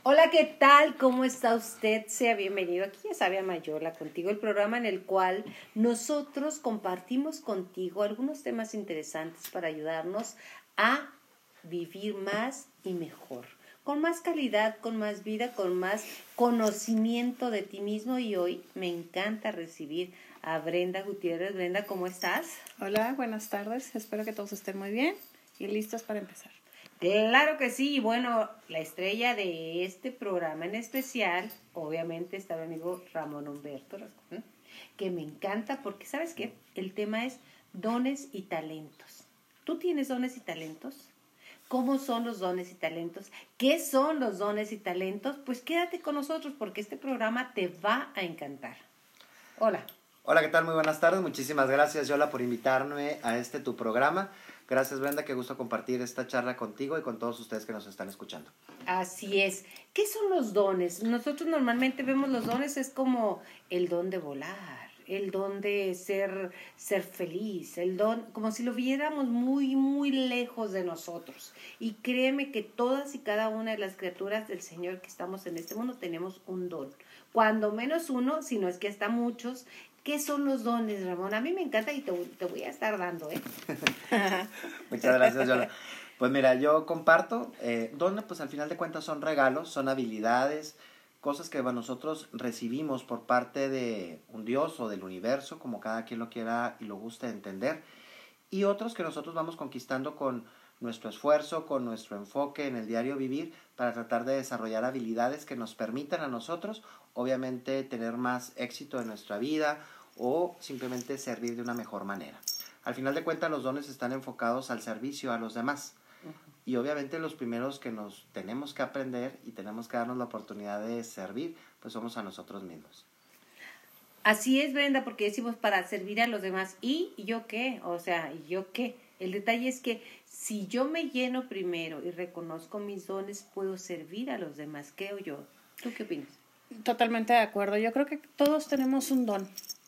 Hola, ¿qué tal? ¿Cómo está usted? Sea bienvenido aquí a Sabia Mayola, contigo, el programa en el cual nosotros compartimos contigo algunos temas interesantes para ayudarnos a vivir más y mejor, con más calidad, con más vida, con más conocimiento de ti mismo. Y hoy me encanta recibir a Brenda Gutiérrez. Brenda, ¿cómo estás? Hola, buenas tardes. Espero que todos estén muy bien y listos para empezar. Claro que sí, y bueno, la estrella de este programa en especial, obviamente está mi amigo Ramón Humberto Rascón, que me encanta porque, ¿sabes qué? El tema es dones y talentos. ¿Tú tienes dones y talentos? ¿Cómo son los dones y talentos? ¿Qué son los dones y talentos? Pues quédate con nosotros porque este programa te va a encantar. Hola. Hola, ¿qué tal? Muy buenas tardes. Muchísimas gracias, Yola, por invitarme a tu programa. Gracias, Brenda, qué gusto compartir esta charla contigo y con todos ustedes que nos están escuchando. Así es. ¿Qué son los dones? Nosotros normalmente vemos los dones es como el don de volar, el don de ser feliz, el don, como si lo viéramos muy, muy lejos de nosotros. Y créeme que todas y cada una de las criaturas del Señor que estamos en este mundo tenemos un don. Cuando menos uno, si no es que hasta muchos. ¿Qué son los dones, Ramón? A mí me encanta y te voy a estar dando, ¿eh? Muchas gracias, Yola. Pues mira, yo comparto, dones pues al final de cuentas son regalos, son habilidades, cosas que nosotros recibimos por parte de un Dios o del universo, como cada quien lo quiera y lo guste entender, y otros que nosotros vamos conquistando con nuestro esfuerzo, con nuestro enfoque en el diario vivir, para tratar de desarrollar habilidades que nos permitan a nosotros, obviamente, tener más éxito en nuestra vida o simplemente servir de una mejor manera. Al final de cuentas, los dones están enfocados al servicio a los demás. Y obviamente los primeros que nos tenemos que aprender y tenemos que darnos la oportunidad de servir, pues somos a nosotros mismos. Así es, Brenda, porque decimos para servir a los demás. ¿Y yo qué? O sea, ¿yo qué? El detalle es que si yo me lleno primero y reconozco mis dones, puedo servir a los demás, creo yo. ¿Tú qué opinas? Totalmente de acuerdo. Yo creo que todos tenemos un don.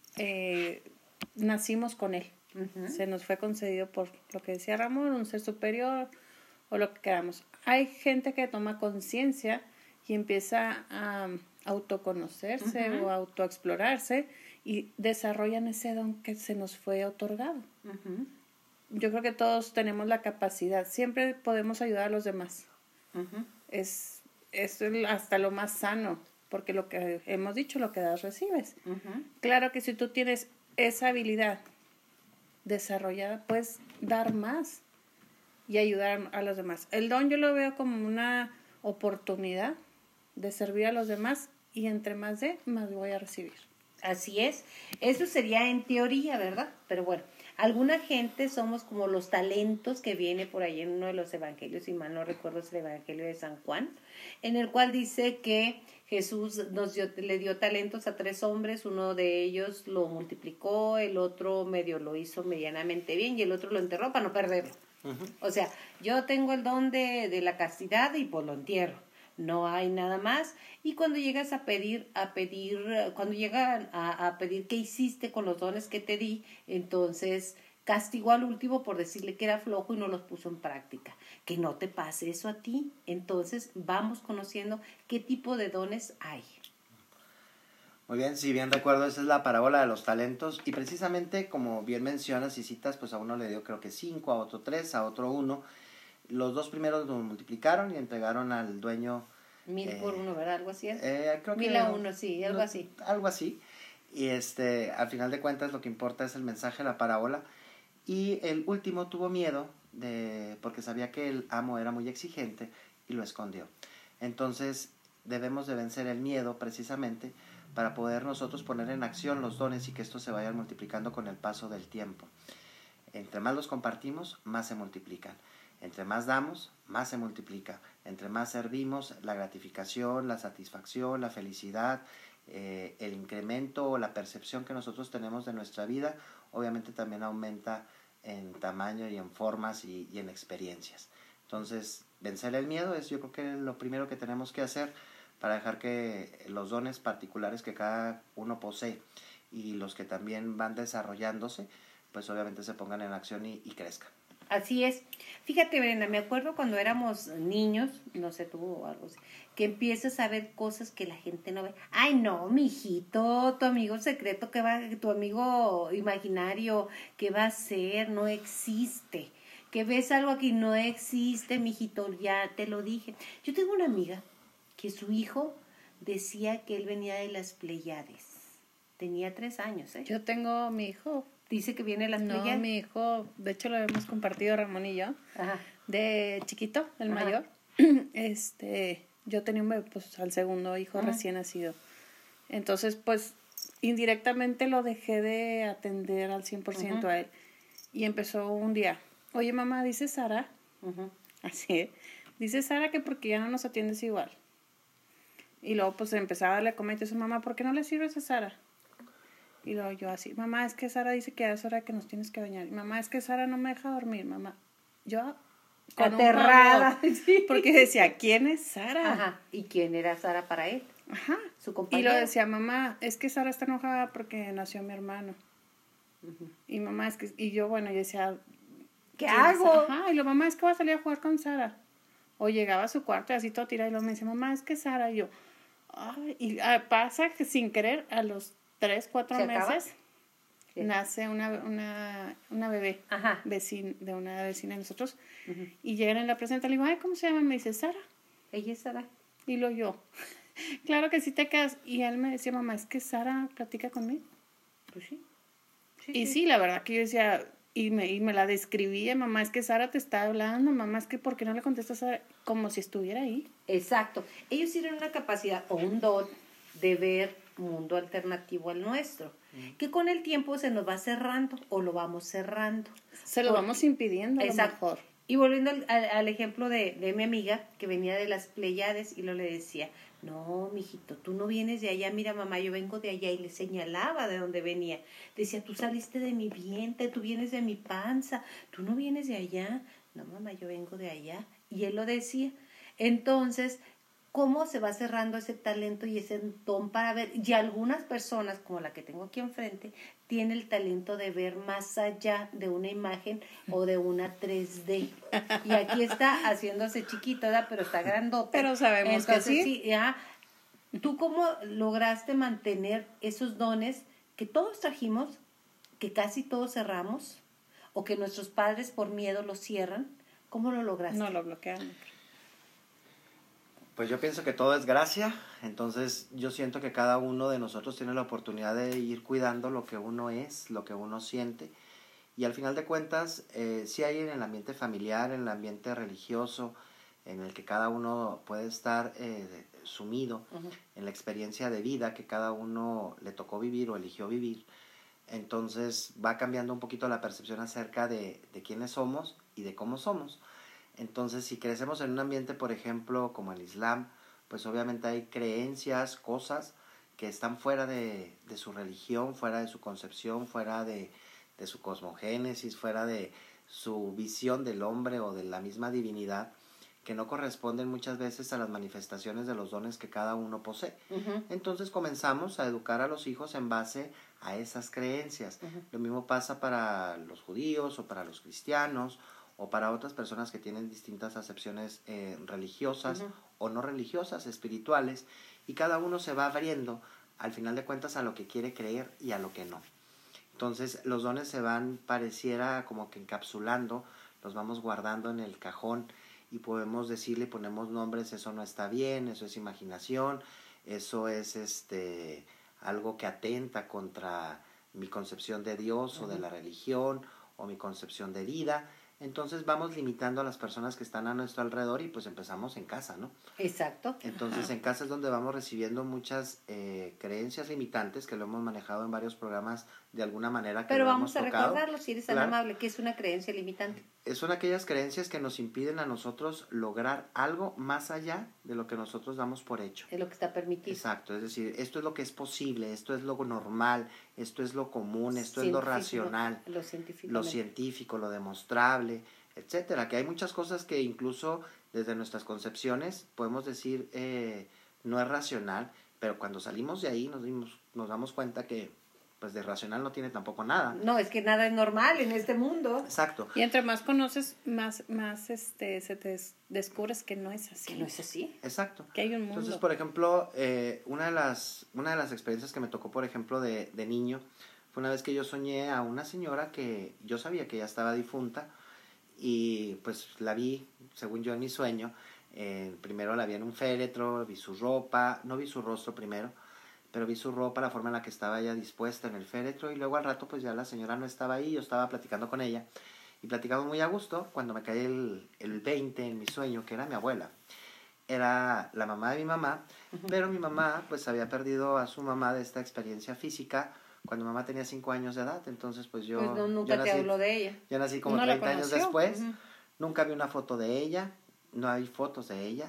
Nacimos con él. Uh-huh. Se nos fue concedido por lo que decía Ramón, un ser superior o lo que queramos. Hay gente que toma conciencia y empieza a autoconocerse uh-huh. o autoexplorarse y desarrollan ese don que se nos fue otorgado. Uh-huh. Yo creo que todos tenemos la capacidad, siempre podemos ayudar a los demás. Uh-huh. Es hasta lo más sano, porque lo que hemos dicho, lo que das, recibes. Uh-huh. Claro que si tú tienes esa habilidad desarrollada, puedes dar más y ayudar a los demás. El don yo lo veo como una oportunidad de servir a los demás y entre más más voy a recibir. Así es. Eso sería en teoría, ¿verdad? Pero bueno, alguna gente somos como los talentos que viene por ahí en uno de los evangelios, si mal no recuerdo es el evangelio de San Juan, en el cual dice que Jesús le dio talentos a 3 hombres, uno de ellos lo multiplicó, el otro medio lo hizo medianamente bien y el otro lo enterró para no perderlo. Uh-huh. O sea, yo tengo el don de la castidad y pues lo entierro. No hay nada más. Y cuando llegas cuando llegan a pedir qué hiciste con los dones que te di, entonces castigó al último por decirle que era flojo y no los puso en práctica. Que no te pase eso a ti. Entonces vamos conociendo qué tipo de dones hay. Muy bien, si bien recuerdo, esa es la parábola de los talentos y precisamente como bien mencionas y citas, pues a uno le dio creo que 5, a otro 3, a otro 1. Los 2 primeros los multiplicaron y entregaron al dueño 1,000 por 1, ¿verdad? Algo así es. Creo 1,000 a 1, sí, algo así. Algo así. Y al final de cuentas lo que importa es el mensaje de la parábola. Y el último tuvo miedo porque sabía que el amo era muy exigente y lo escondió. Entonces debemos de vencer el miedo precisamente para poder nosotros poner en acción los dones y que estos se vayan multiplicando con el paso del tiempo. Entre más los compartimos, más se multiplican. Entre más damos, más se multiplica. Entre más servimos, la gratificación, la satisfacción, la felicidad, el incremento o la percepción que nosotros tenemos de nuestra vida, obviamente también aumenta en tamaño y en formas y en experiencias. Entonces, vencer el miedo es yo creo que lo primero que tenemos que hacer para dejar que los dones particulares que cada uno posee y los que también van desarrollándose, pues obviamente se pongan en acción y crezcan. Así es. Fíjate, Brenda, me acuerdo cuando éramos niños, no sé tú o algo así, que empiezas a ver cosas que la gente no ve. Ay, no, mijito, tu amigo secreto que va, tu amigo imaginario que va a ser, no existe. Que ves algo aquí, no existe, mijito, ya te lo dije. Yo tengo una amiga que su hijo decía que él venía de las Pleiades. Tenía 3 años, ¿eh? Yo tengo mi hijo. Dice que viene de las No, Pleiades. mi hijo, de hecho lo hemos compartido Ramón y yo, Ajá. de chiquito, el Ajá. mayor. Yo tenía un bebé, pues al segundo hijo Ajá. recién nacido. Entonces, pues indirectamente lo dejé de atender al 100% a él. Y empezó un día, oye mamá, dice Sara, Ujú. así, ¿eh? Dice Sara que porque ya no nos atiendes igual. Y luego pues empezaba a darle comida y dice, mamá, ¿por qué no le sirves a Sara? Y luego yo así, mamá, es que Sara dice que es hora que nos tienes que bañar. Y mamá, es que Sara no me deja dormir, mamá. Yo con un Aterrada. pavor, Sí. porque decía, ¿quién es Sara? Ajá. ¿Y quién era Sara para él? Ajá. Su Y compañera. lo decía, mamá, es que Sara está enojada porque nació mi hermano. Ujú. Y mamá, es que, y yo, bueno, yo decía, ¿Qué ¿quién hago? es? Ajá, y lo mamá, es que voy a salir a jugar con Sara. O llegaba a su cuarto y así todo tirado y luego me decía, mamá, es que Sara, y yo, ay, y pasa que sin querer, a los 3, 4 ¿Se acaba? meses, Sí. nace una bebé Ajá. de una vecina de nosotros, Ujú. y llegan en la presenta, le digo, ay, ¿cómo se llama? Me dice, Sara. Ella es Sara. Y lo yo, claro que sí te quedas. Y él me decía, mamá, es que Sara platica conmigo. Pues sí. Y sí, la verdad que yo decía, y me la describía, mamá, es que Sara te está hablando, mamá, es que ¿por qué no le contestas como si estuviera ahí? Exacto. Ellos tienen una capacidad o un don de ver mundo alternativo al nuestro, que con el tiempo se nos va cerrando o lo vamos cerrando. Se lo vamos impidiendo a lo Exacto. mejor. Y volviendo al ejemplo de mi amiga que venía de las Pleiades y lo le decía, no, mijito, tú no vienes de allá, mira mamá, yo vengo de allá y le señalaba de dónde venía. Decía, tú saliste de mi vientre, tú vienes de mi panza, tú no vienes de allá. No, mamá, yo vengo de allá. Y él lo decía. Entonces, ¿cómo se va cerrando ese talento y ese don para ver? Y algunas personas, como la que tengo aquí enfrente, tiene el talento de ver más allá de una imagen o de una 3D. Y aquí está haciéndose chiquito, ¿verdad? Pero está grandota. Pero sabemos Entonces, que sí. Ya. ¿Tú cómo lograste mantener esos dones que todos trajimos, que casi todos cerramos, o que nuestros padres por miedo los cierran? ¿Cómo lo lograste? No lo bloquean. Pues yo pienso que todo es gracia, entonces yo siento que cada uno de nosotros tiene la oportunidad de ir cuidando lo que uno es, lo que uno siente, y al final de cuentas, sí hay en el ambiente familiar, en el ambiente religioso, en el que cada uno puede estar sumido en la experiencia de vida que cada uno le tocó vivir o eligió vivir. Entonces va cambiando un poquito la percepción acerca de quiénes somos y de cómo somos. Entonces, si crecemos en un ambiente, por ejemplo, como el Islam, pues obviamente hay creencias, cosas que están fuera de su religión, fuera de su concepción, fuera de su cosmogénesis, fuera de su visión del hombre o de la misma divinidad, que no corresponden muchas veces a las manifestaciones de los dones que cada uno posee. Entonces comenzamos a educar a los hijos en base a esas creencias. Lo mismo pasa para los judíos o para los cristianos, o para otras personas que tienen distintas acepciones religiosas o no religiosas, espirituales, y cada uno se va abriendo, al final de cuentas, a lo que quiere creer y a lo que no. Entonces, los dones se van, pareciera como que encapsulando, los vamos guardando en el cajón, y podemos decirle, ponemos nombres, eso no está bien, eso es imaginación, eso es algo que atenta contra mi concepción de Dios o de la religión, o mi concepción de vida. Entonces vamos limitando a las personas que están a nuestro alrededor y pues empezamos en casa, ¿no? Exacto. Entonces en casa es donde vamos recibiendo muchas creencias limitantes que lo hemos manejado en varios programas de alguna manera. Que Pero lo vamos a hemos tocado. recordarlo si eres tan amable, que es una creencia limitante. Son aquellas creencias que nos impiden a nosotros lograr algo más allá de lo que nosotros damos por hecho. Es lo que está permitido. Exacto, es decir, esto es lo que es posible, esto es lo normal, esto es lo común, esto es lo racional, lo científico, lo demostrable, etcétera. Que hay muchas cosas que incluso desde nuestras concepciones podemos decir no es racional, pero cuando salimos de ahí nos damos cuenta que pues de irracional no tiene tampoco nada. No, es que nada es normal en este mundo. Exacto. Y entre más conoces, más se te descubres que no es así. Que no es así. Exacto. Que hay un mundo. Entonces, por ejemplo, una de las experiencias que me tocó, por ejemplo, de niño, fue una vez que yo soñé a una señora que yo sabía que ya estaba difunta y pues la vi, según yo, en mi sueño. Primero la vi en un féretro, vi su ropa, no vi su rostro primero, pero vi su ropa, la forma en la que estaba ella dispuesta en el féretro, y luego al rato pues ya la señora no estaba ahí, yo estaba platicando con ella, y platicamos muy a gusto cuando me cae el 20 en mi sueño, que era mi abuela. Era la mamá de mi mamá, pero mi mamá pues había perdido a su mamá de esta experiencia física cuando mamá tenía 5 años de edad, entonces pues yo... Pues no, nunca te habló de ella. Yo nací como No la 30 años conoció. después, nunca vi una foto de ella, no hay fotos de ella.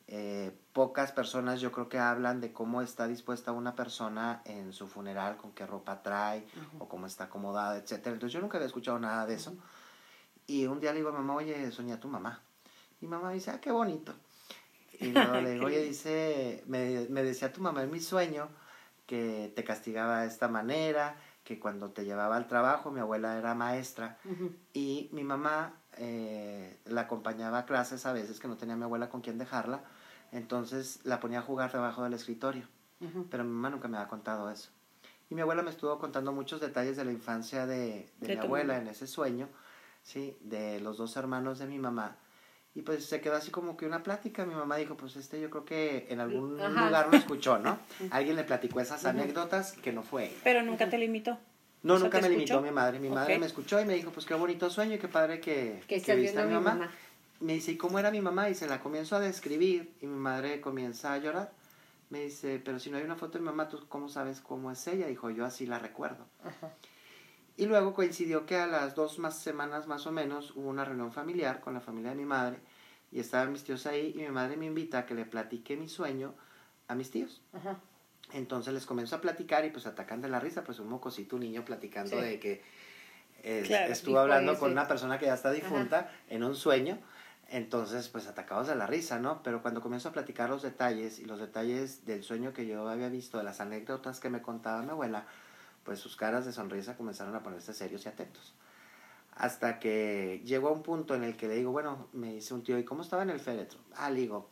Pocas personas yo creo que hablan de cómo está dispuesta una persona en su funeral, con qué ropa trae, o cómo está acomodada, etcétera. Entonces yo nunca había escuchado nada de eso. Y un día le digo a mamá, oye, soñé a tu mamá. Y mamá dice, ah, qué bonito. Y luego le digo, oye, dice, me decía tu mamá en mi sueño que te castigaba de esta manera, que cuando te llevaba al trabajo, mi abuela era maestra, y mi mamá la acompañaba a clases a veces que no tenía mi abuela con quien dejarla, entonces la ponía a jugar debajo del escritorio, pero mi mamá nunca me había contado eso. Y mi abuela me estuvo contando muchos detalles de la infancia de mi abuela mamá. En ese sueño, ¿sí? De los 2 hermanos de mi mamá. Y pues se quedó así como que una plática. Mi mamá dijo, pues yo creo que en algún lugar lo escuchó, ¿no? Alguien le platicó esas anécdotas que no fue ella. Pero nunca te limitó. No, nunca me limitó mi madre. Mi madre me escuchó y me dijo, pues qué bonito sueño y qué padre que viste a mi mamá. Me dice, ¿y cómo era mi mamá? Y se la comienzo a describir y mi madre comienza a llorar. Me dice, pero si no hay una foto de mi mamá, ¿tú cómo sabes cómo es ella? Dijo, yo así la recuerdo. Y luego coincidió que a las 2 semanas más o menos hubo una reunión familiar con la familia de mi madre y estaban mis tíos ahí y mi madre me invita a que le platique mi sueño a mis tíos. Entonces les comienzo a platicar y pues atacan de la risa, pues un mocosito, un niño platicando de que estuvo hablando con una persona que ya está difunta en un sueño. Entonces, pues atacados de la risa, ¿no? Pero cuando comienzo a platicar los detalles y los detalles del sueño que yo había visto, de las anécdotas que me contaba mi abuela, pues sus caras de sonrisa comenzaron a ponerse serios y atentos. Hasta que llegó a un punto en el que le digo, bueno, me dice un tío, ¿y cómo estaba en el féretro? Ah, le digo,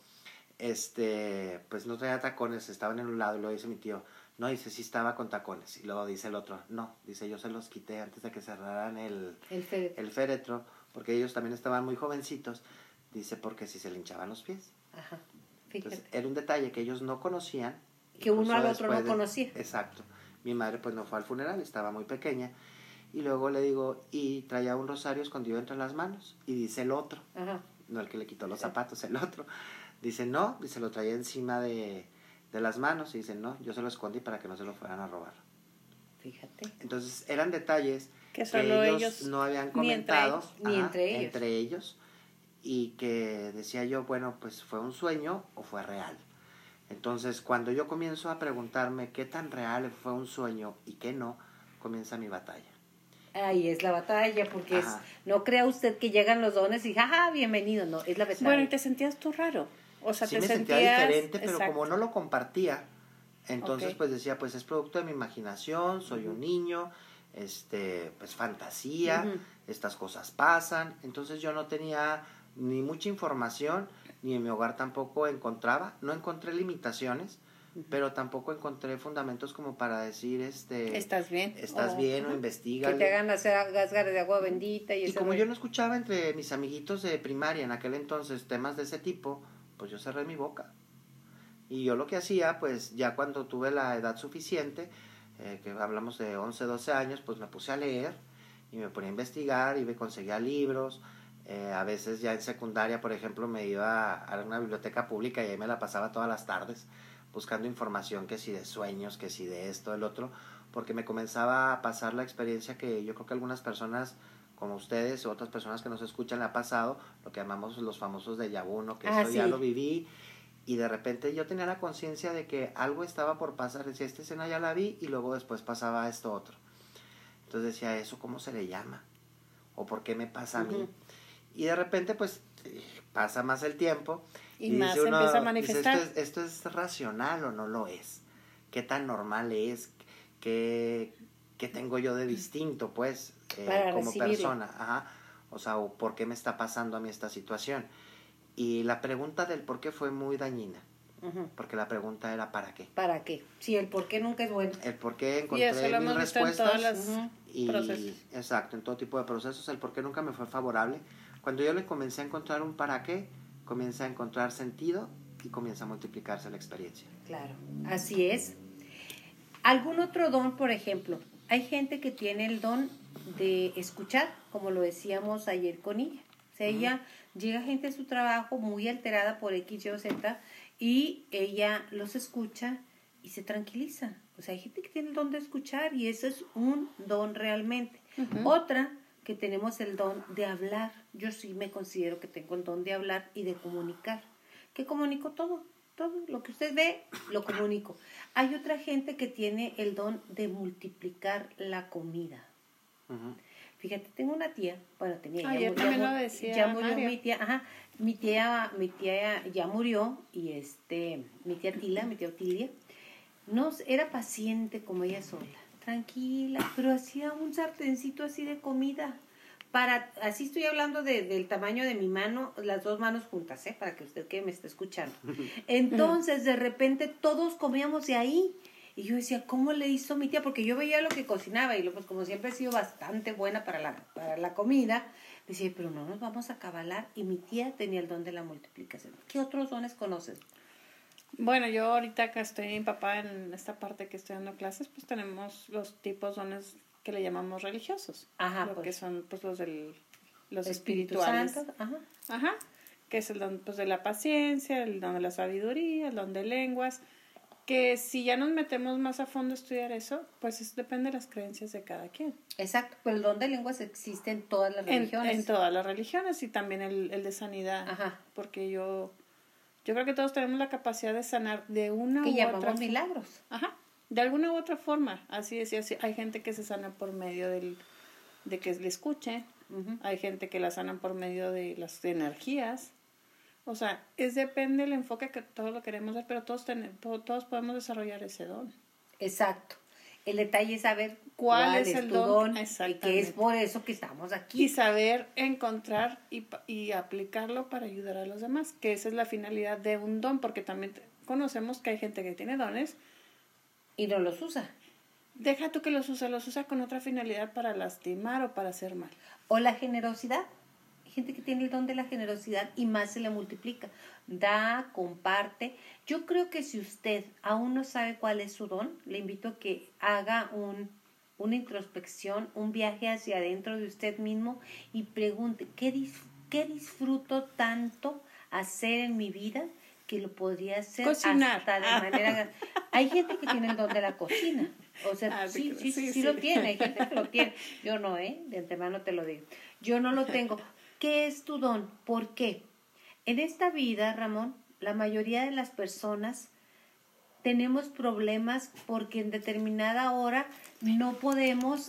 pues no traía tacones, estaban en un lado, y luego dice mi tío, no, dice, sí estaba con tacones. Y luego dice el otro, no, dice, yo se los quité antes de que cerraran el féretro, porque ellos también estaban muy jovencitos. Dice, porque si se le hinchaban los pies. Entonces, era un detalle que ellos no conocían. Que uno al otro no conocía. Exacto. Mi madre pues no fue al funeral, estaba muy pequeña. Y luego le digo, y traía un rosario escondido entre las manos. Y dice el otro, no el que le quitó los zapatos, el otro. Dice, no, dice, lo traía encima de las manos. Y dice, no, yo se lo escondí para que no se lo fueran a robar. Fíjate. Entonces, eran detalles que solo ellos no habían comentado. Ni entre ellos. Y que decía yo, bueno, pues ¿fue un sueño o fue real? Entonces, cuando yo comienzo a preguntarme qué tan real fue un sueño y qué no, comienza mi batalla. Ahí es la batalla, porque no crea usted que llegan los dones y jaja, bienvenido, no, es la batalla. Bueno, ¿y te sentías tú raro? O sea, sí, me sentía diferente, pero como no lo compartía, entonces pues decía, pues es producto de mi imaginación, soy un niño, pues fantasía, estas cosas pasan. Entonces yo no tenía ni mucha información, ni en mi hogar tampoco no encontré limitaciones, pero tampoco encontré fundamentos como para decir, ¿estás bien? ¿Estás bien? O investiga. Que te hagan hacer gásgaras de agua bendita. Y como yo no escuchaba entre mis amiguitos de primaria en aquel entonces temas de ese tipo, pues yo cerré mi boca. Y yo lo que hacía, pues ya cuando tuve la edad suficiente, que hablamos de 11, 12 años, pues me puse a leer y me ponía a investigar y me conseguía libros. A veces ya en secundaria, por ejemplo, me iba a una biblioteca pública y ahí me la pasaba todas las tardes buscando información, que si de sueños, que si de esto, del otro, porque me comenzaba a pasar la experiencia que yo creo que algunas personas como ustedes o otras personas que nos escuchan le ha pasado, lo que llamamos los famosos déjà vu, ¿no? Que esto ya lo viví, y de repente yo tenía la conciencia de que algo estaba por pasar, decía, esta escena ya la vi, y luego después pasaba esto otro. Entonces decía, ¿eso cómo se le llama? ¿O por qué me pasa a mí? Y de repente, pues, pasa más el tiempo. Y más se empieza a manifestar. Dice, ¿esto es racional o no lo es? ¿Qué tan normal es? ¿Qué ¿qué tengo yo de distinto, pues, Para como recibirlo. persona? Ajá. O sea, o ¿por qué me está pasando a mí esta situación? Y la pregunta del por qué fue muy dañina, Ujú. porque la pregunta era ¿para qué? ¿Para qué? Sí, el por qué nunca es bueno. El por qué Y encontré eso lo mis hemos visto en respuestas todas las Ujú. y procesos. exacto, en todo tipo de procesos, el por qué nunca me fue favorable. Cuando yo le comencé a encontrar un para qué, comienza a encontrar sentido y comienza a multiplicarse la experiencia. Claro, así es. ¿Algún otro don, por ejemplo? Hay gente que tiene el don de escuchar, como lo decíamos ayer con ella. O sea, ella llega gente a su trabajo muy alterada por X, Y o Z y ella los escucha y se tranquiliza. O sea, hay gente que tiene el don de escuchar y eso es un don realmente. Ujú. Otra, que tenemos el don de hablar. Yo sí me considero que tengo el don de hablar y de comunicar. Que comunico todo lo que usted ve, lo comunico. Hay otra gente que tiene el don de multiplicar la comida. Ujú. Fíjate, tengo una tía, bueno, tenía, Ayer también lo decía ya murió Mario. mi tía, ajá, mi tía ya murió y mi tía Tila, mi tía Otilia, era paciente como ella sola, tranquila, pero hacía un sartencito así de comida. Así estoy hablando del tamaño de mi mano, las dos manos juntas, para que usted que me está escuchando. Entonces, de repente, todos comíamos de ahí. Y yo decía, ¿cómo le hizo mi tía? Porque yo veía lo que cocinaba y pues como siempre he sido bastante buena para la comida, decía, pero no nos vamos a acabalar. Y mi tía tenía el don de la multiplicación. ¿Qué otros dones conoces? Bueno, yo ahorita que estoy empapada en esta parte que estoy dando clases, pues tenemos los tipos dones que le llamamos religiosos. Ajá, lo pues. que son pues los los Espíritu espirituales. Santo, ajá. Ajá. Que es el don pues de la paciencia, el don de la sabiduría, el don de lenguas. Que si ya nos metemos más a fondo a estudiar eso, pues depende de las creencias de cada quien. Exacto, pero el don de lenguas existe en todas las religiones. En todas las religiones y también el de sanidad. Ajá. Porque yo creo que todos tenemos la capacidad de sanar de una que u otra llamamos forma. milagros. Ajá. De alguna u otra forma. Así es. Así. Hay gente que se sana por medio de que le escuche. Uh-huh. Hay gente que la sanan por medio de las energías. O sea, depende del enfoque que todos lo queremos ver, pero todos podemos desarrollar ese don. Exacto. El detalle es saber cuál es el tu don, y que es por eso que estamos aquí. Y saber encontrar y aplicarlo para ayudar a los demás, que esa es la finalidad de un don, porque también conocemos que hay gente que tiene dones y no los usa. Deja tú que los usa con otra finalidad para lastimar o para hacer mal. O la generosidad. Hay gente que tiene el don de la generosidad y más se le multiplica. Da, comparte. Yo creo que si usted aún no sabe cuál es su don, le invito a que haga una introspección, un viaje hacia adentro de usted mismo y pregunte, ¿qué disfruto tanto hacer en mi vida que lo podría hacer cocinar. Hasta de manera... Hay gente que tiene el don de la cocina. O sea, sí lo tiene, hay gente que lo tiene. Yo no, de antemano te lo digo. Yo no lo tengo. ¿Qué es tu don? ¿Por qué? En esta vida, Ramón, la mayoría de las personas tenemos problemas porque en determinada hora no podemos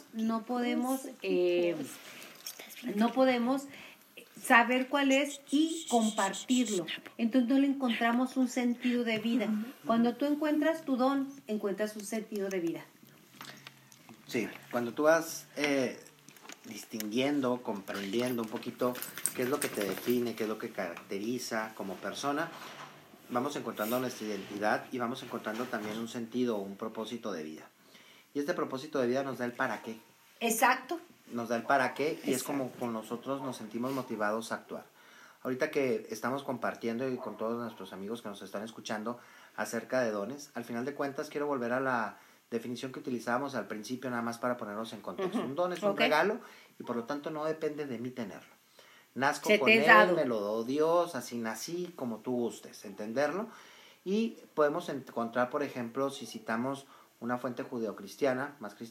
saber cuál es y compartirlo. Entonces no le encontramos un sentido de vida. Cuando tú encuentras tu don, encuentras un sentido de vida. Sí, cuando tú vas distinguiendo, comprendiendo un poquito qué es lo que te define, qué es lo que caracteriza como persona, vamos encontrando nuestra identidad y vamos encontrando también un sentido, un propósito de vida. Y este propósito de vida nos da el para qué. Exacto. Nos da el para qué y es como con nosotros nos sentimos motivados a actuar. Ahorita que estamos compartiendo y con todos nuestros amigos que nos están escuchando acerca de dones, al final de cuentas quiero volver a la definición que utilizábamos al principio nada más para ponernos en contexto. Un don es un regalo y por lo tanto no depende de mí tenerlo. Nazco con él, me lo dio Dios, así nací, como tú gustes, entenderlo. Y podemos encontrar, por ejemplo, si citamos una fuente judeocristiana,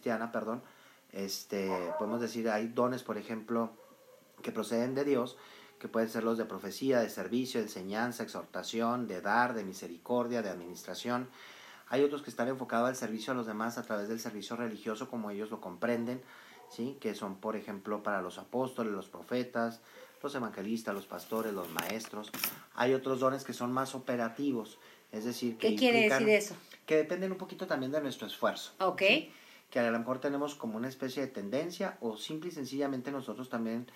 podemos decir, hay dones, por ejemplo, que proceden de Dios, que pueden ser los de profecía, de servicio, de enseñanza, exhortación, de dar, de misericordia, de administración. Hay otros que están enfocados al servicio a los demás a través del servicio religioso, como ellos lo comprenden, ¿sí? Que son, por ejemplo, para los apóstoles, los profetas, los evangelistas, los pastores, los maestros. Hay otros dones que son más operativos, es decir, que ¿Qué quiere decir eso? Que dependen un poquito también de nuestro esfuerzo. Ok. ¿Sí? que a lo mejor tenemos como una especie de tendencia o simple y sencillamente nosotros también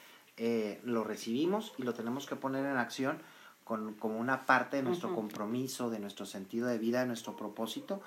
lo recibimos y lo tenemos que poner en acción como una parte de nuestro compromiso, de nuestro sentido de vida, de nuestro propósito.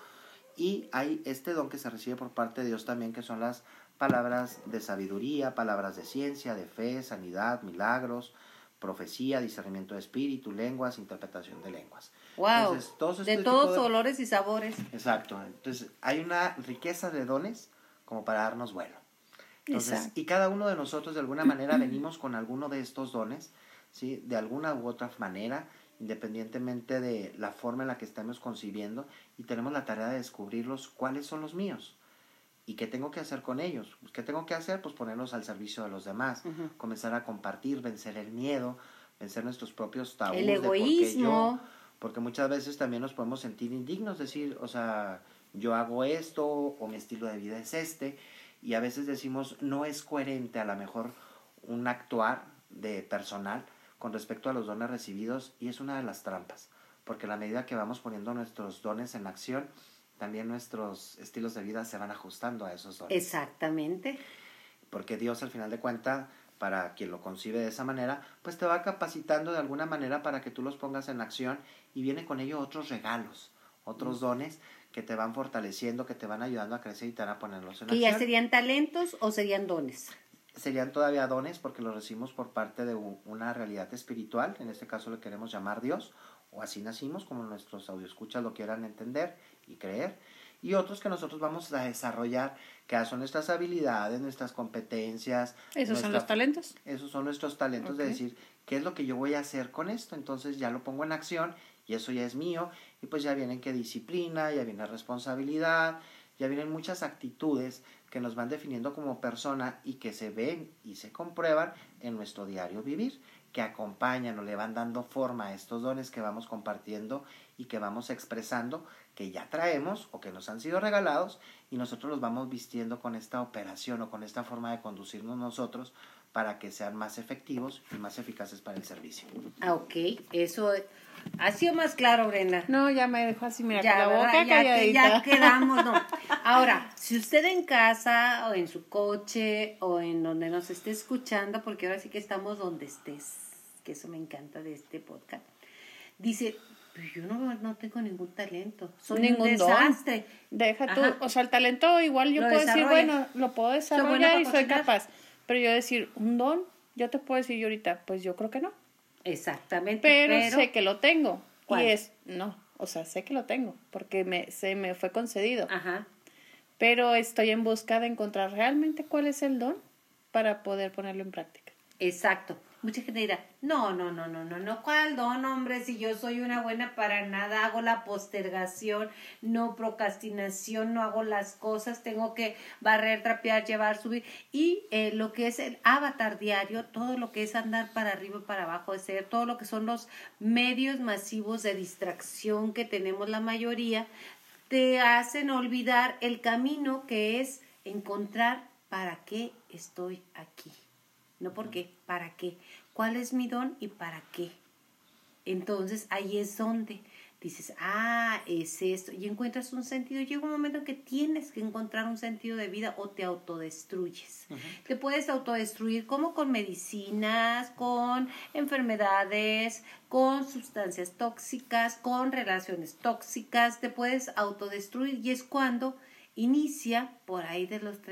Y hay este don que se recibe por parte de Dios también, que son las palabras de sabiduría, palabras de ciencia, de fe, sanidad, milagros, profecía, discernimiento de espíritu, lenguas, interpretación de lenguas. Wow, Entonces, de todos olores y sabores. Exacto, entonces hay una riqueza de dones como para darnos vuelo. Entonces, Exacto. y cada uno de nosotros de alguna manera venimos con alguno de estos dones, ¿sí? De alguna u otra manera, independientemente de la forma en la que estemos concibiendo, y tenemos la tarea de descubrirlos, cuáles son los míos y qué tengo que hacer con ellos. Pues, ¿qué tengo que hacer? Pues ponerlos al servicio de los demás, comenzar a compartir, vencer el miedo, vencer nuestros propios tabús. El egoísmo. Porque muchas veces también nos podemos sentir indignos, decir, o sea, yo hago esto o mi estilo de vida es este, y a veces decimos, no es coherente a lo mejor un actuar de personal con respecto a los dones recibidos, y es una de las trampas, porque a la medida que vamos poniendo nuestros dones en acción, también nuestros estilos de vida se van ajustando a esos dones. Exactamente. Porque Dios, al final de cuentas, para quien lo concibe de esa manera, pues te va capacitando de alguna manera para que tú los pongas en acción, y viene con ello otros regalos, otros dones que te van fortaleciendo, que te van ayudando a crecer y te van a ponerlos en acción. ¿Que ya serían talentos o serían dones? Serían todavía dones porque los recibimos por parte de una realidad espiritual, en este caso le queremos llamar Dios, o así nacimos, como nuestros audioescuchas lo quieran entender y creer, y otros que nosotros vamos a desarrollar, que son nuestras habilidades, nuestras competencias. ¿Esos son los talentos? Esos son nuestros talentos, de decir, ¿qué es lo que yo voy a hacer con esto? Entonces ya lo pongo en acción y eso ya es mío, y pues ya vienen que disciplina, ya viene responsabilidad, ya vienen muchas actitudes que nos van definiendo como persona y que se ven y se comprueban en nuestro diario vivir, que acompañan o le van dando forma a estos dones que vamos compartiendo y que vamos expresando, que ya traemos o que nos han sido regalados, y nosotros los vamos vistiendo con esta operación o con esta forma de conducirnos nosotros para que sean más efectivos y más eficaces para el servicio. Ah, ok, eso ha sido más claro, Brenda. No, ya me dejó así, mira, Ya, con la boca ya calladita. quedamos, no. Ahora, si usted en casa o en su coche o en donde nos esté escuchando, porque ahora sí que estamos donde estés, que eso me encanta de este podcast, dice, pero yo no tengo ningún talento, soy Ningún un desastre. Deja tú, Ajá. o sea, el talento igual yo Lo puedo decir, desarrollas. bueno, lo puedo desarrollar buena y para soy cocinar. capaz. Pero yo decir, un don, yo te puedo decir yo ahorita, pues yo creo que no. Exactamente. Pero sé que lo tengo. ¿Cuál? Y no, o sea, sé que lo tengo, porque se me fue concedido. Ajá. Pero estoy en busca de encontrar realmente cuál es el don para poder ponerlo en práctica. Exacto. Mucha gente dirá, no, ¿cuál don, hombre? Si yo soy una buena para nada, hago la postergación, no procrastinación, no hago las cosas, tengo que barrer, trapear, llevar, subir. Y lo que es el avatar diario, todo lo que es andar para arriba y para abajo, todo lo que son los medios masivos de distracción que tenemos la mayoría, te hacen olvidar el camino que es encontrar para qué estoy aquí. No por qué, para qué. ¿Cuál es mi don y para qué? Entonces ahí es donde dices, es esto. Y encuentras un sentido. Llega un momento en que tienes que encontrar un sentido de vida o te autodestruyes. Te puedes autodestruir como con medicinas, con enfermedades, con sustancias tóxicas, con relaciones tóxicas. Te puedes autodestruir y es cuando inicia por ahí de los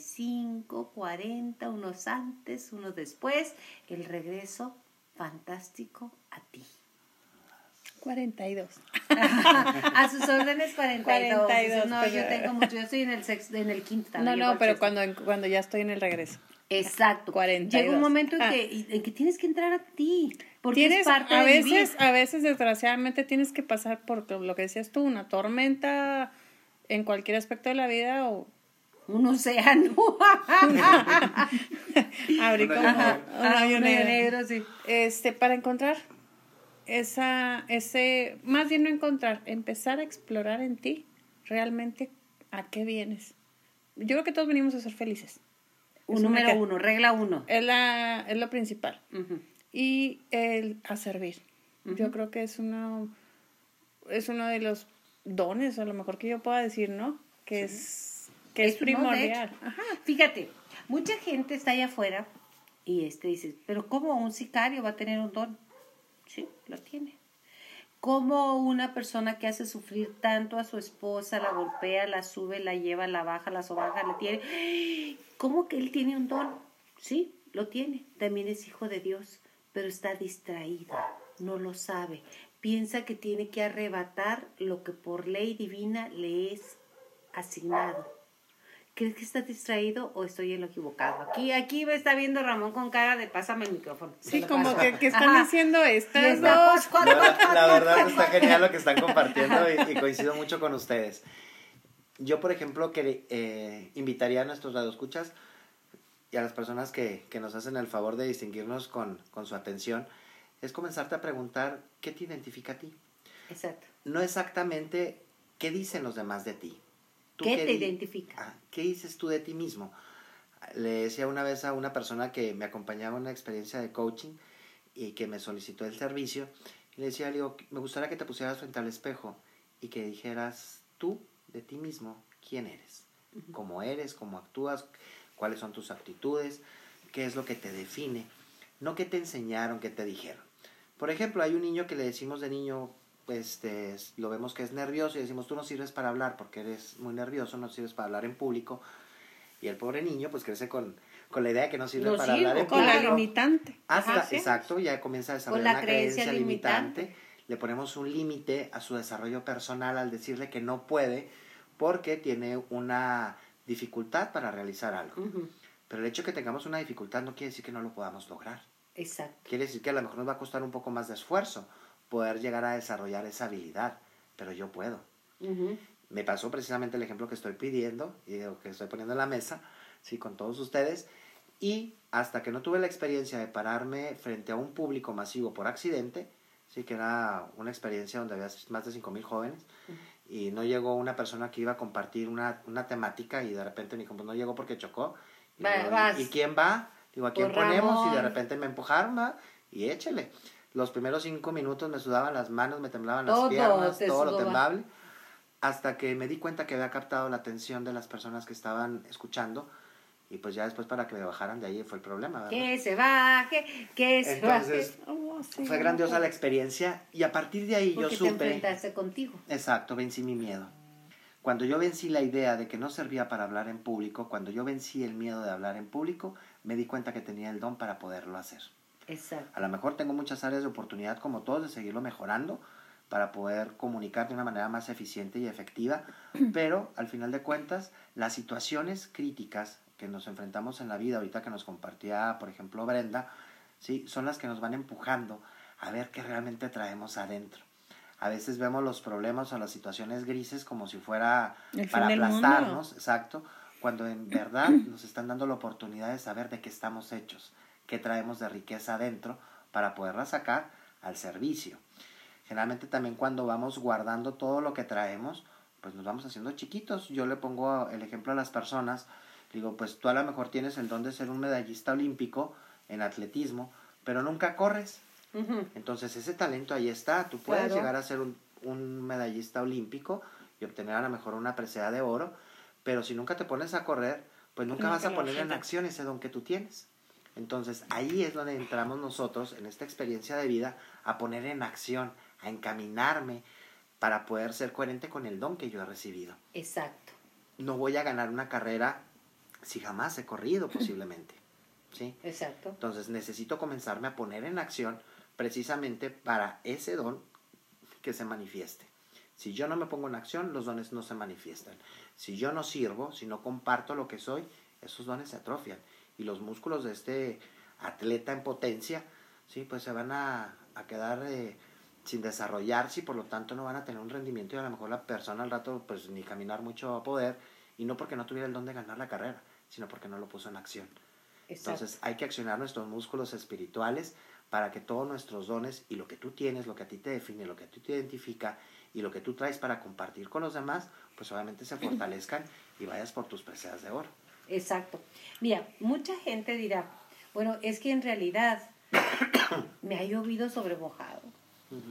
35, 40, unos antes, unos después, el regreso fantástico a ti. 42. A sus órdenes 42. 42, No, pero... yo tengo mucho, yo estoy en el quinto también. No, pero cuando ya estoy en el regreso. Exacto. 42. Llega un momento en que tienes que entrar a ti, porque es parte a de vivir. veces, desgraciadamente, tienes que pasar por lo que decías tú, una tormenta en cualquier aspecto de la vida o un océano. abrir como un hoyo negro, sí. Para encontrar más bien no encontrar, empezar a explorar en ti realmente a qué vienes. Yo creo que todos venimos a ser felices. Número 1, regla 1. Es lo principal. Y a servir. Yo creo que es uno de los dones, a lo mejor que yo pueda decir, ¿no? Que es Que es Eso, ¿no? De hecho. primordial. Ajá. Fíjate, mucha gente está allá afuera y dice, pero ¿cómo un sicario va a tener un don? Sí, lo tiene. ¿Cómo una persona que hace sufrir tanto a su esposa, la golpea, la sube, la lleva, la baja, la sobaja, la tiene? ¿Cómo que él tiene un don? Sí, lo tiene. También es hijo de Dios, pero está distraído, no lo sabe. Piensa que tiene que arrebatar lo que por ley divina le es asignado. ¿Crees que está distraído o estoy en lo equivocado? Aquí me está viendo Ramón con cara de pásame el micrófono. Sí, como que están diciendo estas dos. La verdad está genial lo que están compartiendo y coincido mucho con ustedes. Yo, por ejemplo, invitaría a nuestros radioescuchas y a las personas que nos hacen el favor de distinguirnos con su atención, es comenzarte a preguntar qué te identifica a ti. Exacto. No exactamente qué dicen los demás de ti. ¿Qué te identifica? ¿Qué dices tú de ti mismo? Le decía una vez a una persona que me acompañaba en una experiencia de coaching y que me solicitó el servicio, y le decía, me gustaría que te pusieras frente al espejo y que dijeras tú de ti mismo quién eres, cómo eres, cómo actúas, cuáles son tus actitudes, qué es lo que te define, no qué te enseñaron, qué te dijeron. Por ejemplo, hay un niño que le decimos de niño, lo vemos que es nervioso y decimos, tú no sirves para hablar porque eres muy nervioso, no sirves para hablar en público. Y el pobre niño pues crece con la idea de que no sirve para hablar en con público. la limitante. Exacto, ya comienza a desarrollar una creencia limitante. Le ponemos un límite a su desarrollo personal al decirle que no puede porque tiene una dificultad para realizar algo. Uh-huh. Pero el hecho de que tengamos una dificultad no quiere decir que no lo podamos lograr. Exacto. Quiere decir que a lo mejor nos va a costar un poco más de esfuerzo poder llegar a desarrollar esa habilidad, pero yo puedo. Uh-huh. Me pasó precisamente el ejemplo que estoy pidiendo y que estoy poniendo en la mesa, sí, con todos ustedes, y hasta que no tuve la experiencia de pararme frente a un público masivo por accidente, sí, que era una experiencia donde había más de 5,000 jóvenes, uh-huh, y no llegó una persona que iba a compartir una temática y de repente me dijo, pues no llegó porque chocó. ¿Y quién va? Digo, ¿a quién ponemos? Ramón. Y de repente me empujaron, ¿va? Y échele. Los primeros 5 minutos me sudaban las manos, me temblaban las piernas, todo lo temblable, hasta que me di cuenta que había captado la atención de las personas que estaban escuchando, y pues ya después para que me bajaran de ahí fue el problema, ¿verdad? Que se baje. Entonces, fue grandiosa la experiencia, y a partir de ahí porque yo supe... te enfrentaste contigo. Exacto, vencí mi miedo. Cuando yo vencí la idea de que no servía para hablar en público, cuando yo vencí el miedo de hablar en público, me di cuenta que tenía el don para poderlo hacer. Exacto. A lo mejor tengo muchas áreas de oportunidad como todos de seguirlo mejorando para poder comunicar de una manera más eficiente y efectiva, pero al final de cuentas las situaciones críticas que nos enfrentamos en la vida, ahorita que nos compartía por ejemplo Brenda, ¿sí? Son las que nos van empujando a ver qué realmente traemos adentro. A veces vemos los problemas o las situaciones grises como si fuera para aplastarnos, exacto, cuando en verdad nos están dando la oportunidad de saber de qué estamos hechos, qué traemos de riqueza adentro para poderla sacar al servicio. Generalmente también cuando vamos guardando todo lo que traemos, pues nos vamos haciendo chiquitos. Yo le pongo el ejemplo a las personas, digo, pues tú a lo mejor tienes el don de ser un medallista olímpico en atletismo, pero nunca corres. Uh-huh. Entonces ese talento ahí está, tú puedes llegar a ser un medallista olímpico y obtener a lo mejor una presea de oro, pero si nunca te pones a correr, pues nunca vas a poner en acción ese don que tú tienes. Entonces ahí es donde entramos nosotros en esta experiencia de vida a poner en acción, a encaminarme para poder ser coherente con el don que yo he recibido. Exacto. No voy a ganar una carrera si jamás he corrido posiblemente, ¿sí? Exacto. Entonces necesito comenzarme a poner en acción precisamente para ese don que se manifieste. Si yo no me pongo en acción, los dones no se manifiestan. Si yo no sirvo, si no comparto lo que soy, esos dones se atrofian. Y los músculos de este atleta en potencia, sí, pues se van a quedar sin desarrollarse y por lo tanto no van a tener un rendimiento y a lo mejor la persona al rato pues ni caminar mucho va a poder, y no porque no tuviera el don de ganar la carrera, sino porque no lo puso en acción. Exacto. Entonces hay que accionar nuestros músculos espirituales para que todos nuestros dones y lo que tú tienes, lo que a ti te define, lo que a ti te identifica y lo que tú traes para compartir con los demás, pues obviamente se fortalezcan y vayas por tus preseas de oro. Exacto. Mira, mucha gente dirá, bueno, es que en realidad me ha llovido sobre mojado. Uh-huh.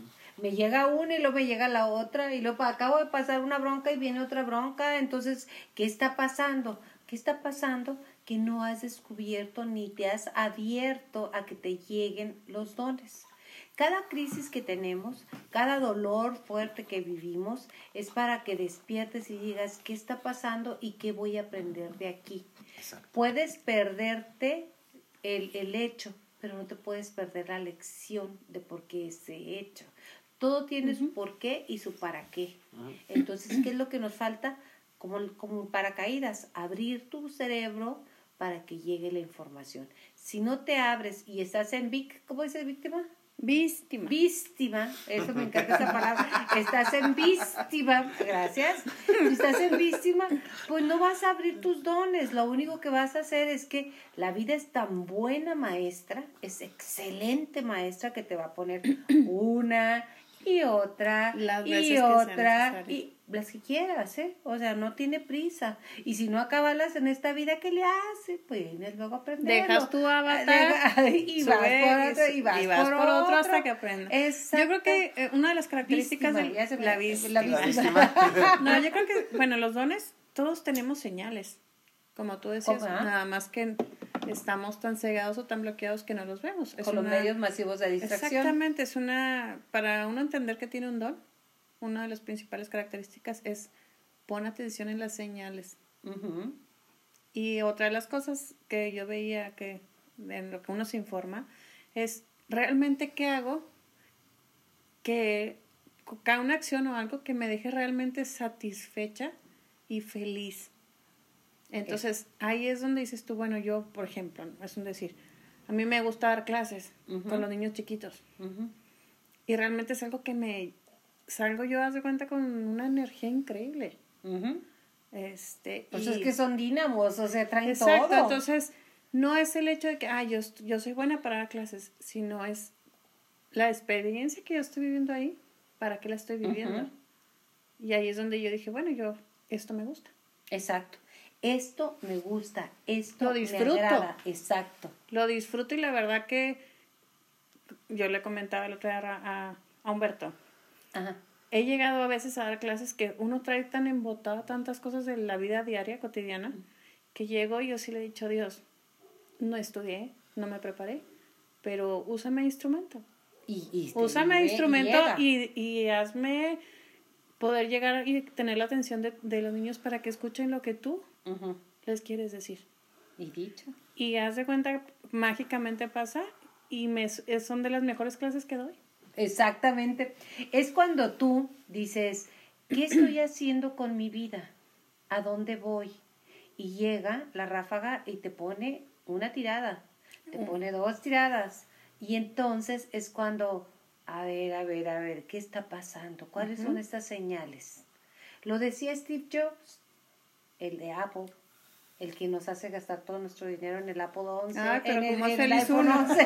me llega una y luego me llega la otra y luego acabo de pasar una bronca y viene otra bronca. Entonces, ¿qué está pasando? ¿Qué está pasando? Que no has descubierto ni te has abierto a que te lleguen los dones. Cada crisis que tenemos, cada dolor fuerte que vivimos, es para que despiertes y digas qué está pasando y qué voy a aprender de aquí. Exacto. Puedes perderte el hecho, pero no te puedes perder la lección de por qué ese hecho. Todo tiene su por qué y su para qué. Entonces, ¿qué es lo que nos falta? Como paracaídas, abrir tu cerebro para que llegue la información. Si no te abres y estás en ¿cómo dice víctima? Víctima, eso me encanta esa palabra. Estás en víctima, gracias. Si estás en víctima, pues no vas a abrir tus dones. Lo único que vas a hacer es que la vida es tan buena maestra, es excelente maestra que te va a poner una y otra las y veces que otra y las que quieras, O sea, no tiene prisa. Y si no acabalas en esta vida, ¿qué le hace? Pues vienes luego a aprenderlo. Dejas tu avatar y vas por otro y vas por otro hasta que aprendas. Exacto. Yo creo que una de las características de la víctima. No, yo creo que, bueno, los dones, todos tenemos señales. Como tú decías, nada más que estamos tan cegados o tan bloqueados que no los vemos. Con los medios masivos de distracción. Exactamente, para uno entender que tiene un don, una de las principales características es pon atención en las señales. Uh-huh. Y otra de las cosas que yo veía que en lo que uno se informa es realmente qué hago que cada una acción o algo que me deje realmente satisfecha y feliz. Entonces, ahí es donde dices tú, bueno, yo, por ejemplo, es un decir, a mí me gusta dar clases con los niños chiquitos. Y realmente es algo que salgo yo, haz de cuenta, con una energía increíble. Pues es que son dínamos, o sea, traen todo. Exacto, entonces, no es el hecho de que, yo soy buena para dar clases, sino es la experiencia que yo estoy viviendo ahí, para qué la estoy viviendo. Y ahí es donde yo dije, bueno, esto me gusta. Exacto. Esto me gusta, esto lo disfruto. Me agrada. Exacto. Lo disfruto y la verdad que yo le comentaba el otro día a Humberto. Ajá. He llegado a veces a dar clases que uno trae tan embotado tantas cosas de la vida diaria, cotidiana, que llego y yo sí le he dicho a Dios, no estudié, no me preparé, pero úsame instrumento. Úsame instrumento y hazme poder llegar y tener la atención de los niños para que escuchen lo que tú les quieres decir. Y dicho. Y haz de cuenta, mágicamente pasa y son de las mejores clases que doy. Exactamente. Es cuando tú dices, ¿qué estoy haciendo con mi vida? ¿A dónde voy? Y llega la ráfaga y te pone una tirada, te pone 2 tiradas. Y entonces es cuando, a ver, ¿qué está pasando? ¿Cuáles son estas señales? Lo decía Steve Jobs, el de Apple, el que nos hace gastar todo nuestro dinero en el Apple 11. Pero como es feliz iPhone uno. 11.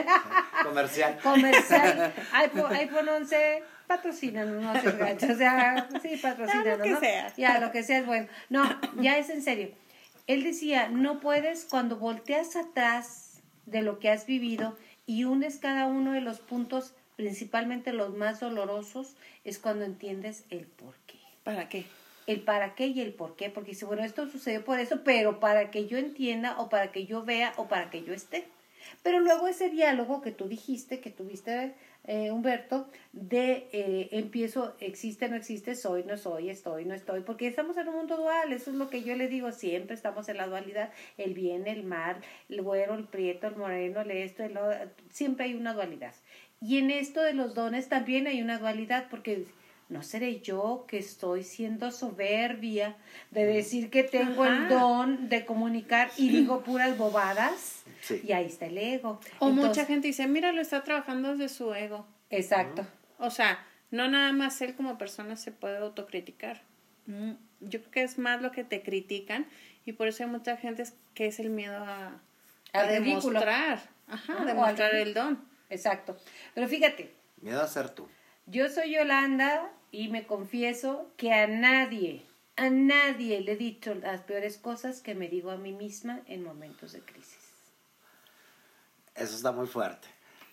Comercial. iPhone 11, patrocínanos, no haces gacho. O sea, sí, patrocínanos, lo que sea. Ya, lo que sea es bueno. No, ya es en serio. Él decía, no puedes, cuando volteas atrás de lo que has vivido y unes cada uno de los puntos, principalmente los más dolorosos, es cuando entiendes el por qué. ¿Para qué? El para qué y el por qué, porque dice, bueno, esto sucedió por eso, pero para que yo entienda, o para que yo vea, o para que yo esté. Pero luego ese diálogo que tú dijiste, que tuviste, Humberto, de empiezo, existe, no existe, soy, no soy, estoy, no estoy, porque estamos en un mundo dual, eso es lo que yo le digo, siempre estamos en la dualidad, el bien, el mal, el güero, el prieto, el moreno, el esto, siempre hay una dualidad. Y en esto de los dones también hay una dualidad, porque ¿no seré yo que estoy siendo soberbia de decir que tengo el don de comunicar y digo puras bobadas? Sí. Y ahí está el ego. O mucha gente dice, mira, lo está trabajando desde su ego. Exacto. O sea, no nada más él como persona se puede autocriticar. Yo creo que es más lo que te critican y por eso hay mucha gente que es el miedo a demostrar. A demostrar el don. Exacto. Pero fíjate. Miedo a ser tú. Yo soy Yolanda y me confieso que a nadie le he dicho las peores cosas que me digo a mí misma en momentos de crisis. Eso está muy fuerte.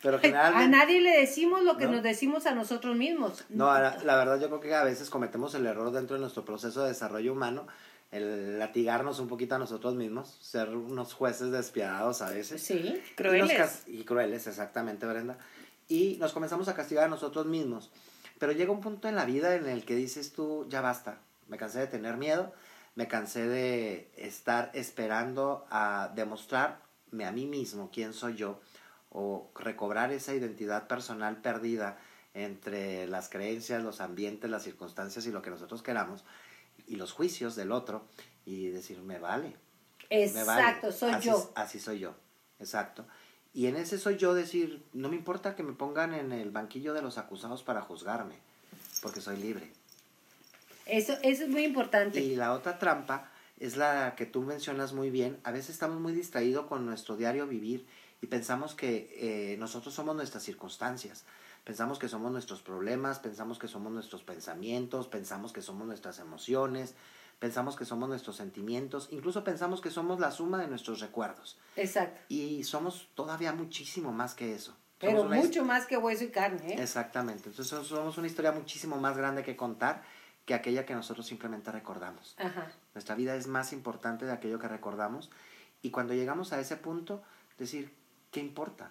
Pero A generalmente... nadie le decimos lo que ¿no? nos decimos a nosotros mismos. No, la verdad yo creo que a veces cometemos el error dentro de nuestro proceso de desarrollo humano, el latigarnos un poquito a nosotros mismos, ser unos jueces despiadados a veces. Sí, Crueles. Y crueles, exactamente, Brenda. Y nos comenzamos a castigar a nosotros mismos. Pero llega un punto en la vida en el que dices tú, ya basta, me cansé de tener miedo, me cansé de estar esperando a demostrarme a mí mismo quién soy yo, o recobrar esa identidad personal perdida entre las creencias, los ambientes, las circunstancias y lo que nosotros queramos, y los juicios del otro, y decir, me vale. exacto, soy así, yo. Así soy yo, exacto. Y en ese soy yo decir, no me importa que me pongan en el banquillo de los acusados para juzgarme, porque soy libre. Eso es muy importante. Y la otra trampa es la que tú mencionas muy bien. A veces estamos muy distraídos con nuestro diario vivir y pensamos que nosotros somos nuestras circunstancias. Pensamos que somos nuestros problemas, pensamos que somos nuestros pensamientos, pensamos que somos nuestras emociones, pensamos que somos nuestros sentimientos, incluso pensamos que somos la suma de nuestros recuerdos. Exacto. Y somos todavía muchísimo más que eso. Pero mucho más que hueso y carne, ¿eh? Exactamente. Entonces somos una historia muchísimo más grande que contar que aquella que nosotros simplemente recordamos. Ajá. Nuestra vida es más importante de aquello que recordamos. Y cuando llegamos a ese punto, decir, ¿qué importa?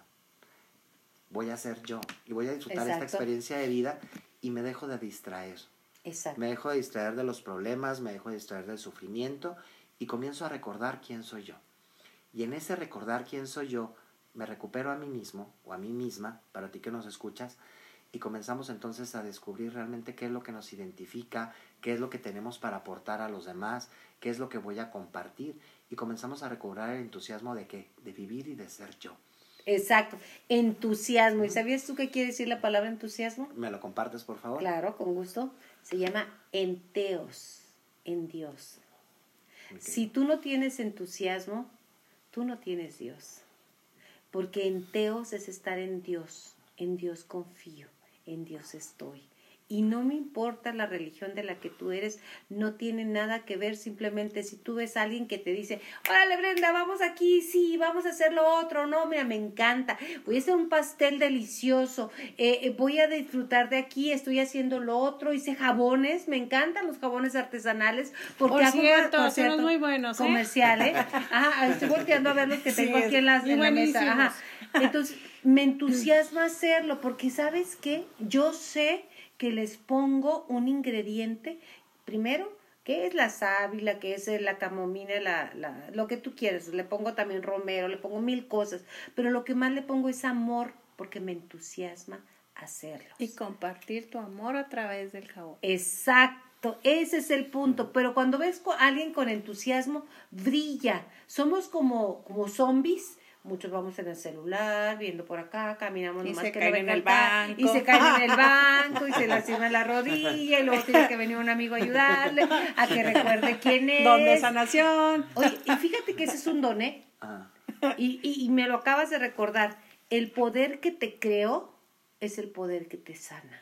Voy a ser yo y voy a disfrutar esta experiencia de vida y me dejo de distraer. Exacto. Me dejo de distraer de los problemas, me dejo de distraer del sufrimiento y comienzo a recordar quién soy yo. Y en ese recordar quién soy yo, me recupero a mí mismo o a mí misma, para ti que nos escuchas, y comenzamos entonces a descubrir realmente qué es lo que nos identifica, qué es lo que tenemos para aportar a los demás, qué es lo que voy a compartir, y comenzamos a recobrar el entusiasmo de qué, de vivir y de ser yo. Exacto, entusiasmo. ¿Y sabías tú qué quiere decir la palabra entusiasmo? ¿Me lo compartes, por favor? Claro, con gusto. Se llama enteos, en Dios. Okay. Si tú no tienes entusiasmo, tú no tienes Dios. Porque enteos es estar en Dios confío, en Dios estoy. Y no me importa la religión de la que tú eres, no tiene nada que ver, simplemente si tú ves a alguien que te dice, órale Brenda, vamos aquí, sí, vamos a hacer lo otro, no, mira, me encanta, voy a hacer un pastel delicioso, voy a disfrutar de aquí, estoy haciendo lo otro, hice jabones, me encantan los jabones artesanales, porque por cierto, son muy buenos, comercial, Ajá, estoy volteando a ver los que tengo aquí en la mesa, ajá, entonces me entusiasma hacerlo, porque ¿sabes qué? Yo sé que les pongo un ingrediente, primero, que es la sábila, que es la camomina, lo que tú quieras, le pongo también romero, le pongo 1000 cosas, pero lo que más le pongo es amor, porque me entusiasma hacerlo. Y compartir tu amor a través del jabón. Exacto, ese es el punto, pero cuando ves a alguien con entusiasmo, brilla, somos como zombies. Muchos vamos en el celular, viendo por acá, caminamos nomás que no venga el banco. Y se caen en el banco, y se lastima la rodilla, y luego tiene que venir un amigo a ayudarle, a que recuerde quién es. Don de sanación. Oye, y fíjate que ese es un don, ¿eh? Y me lo acabas de recordar. El poder que te creó es el poder que te sana.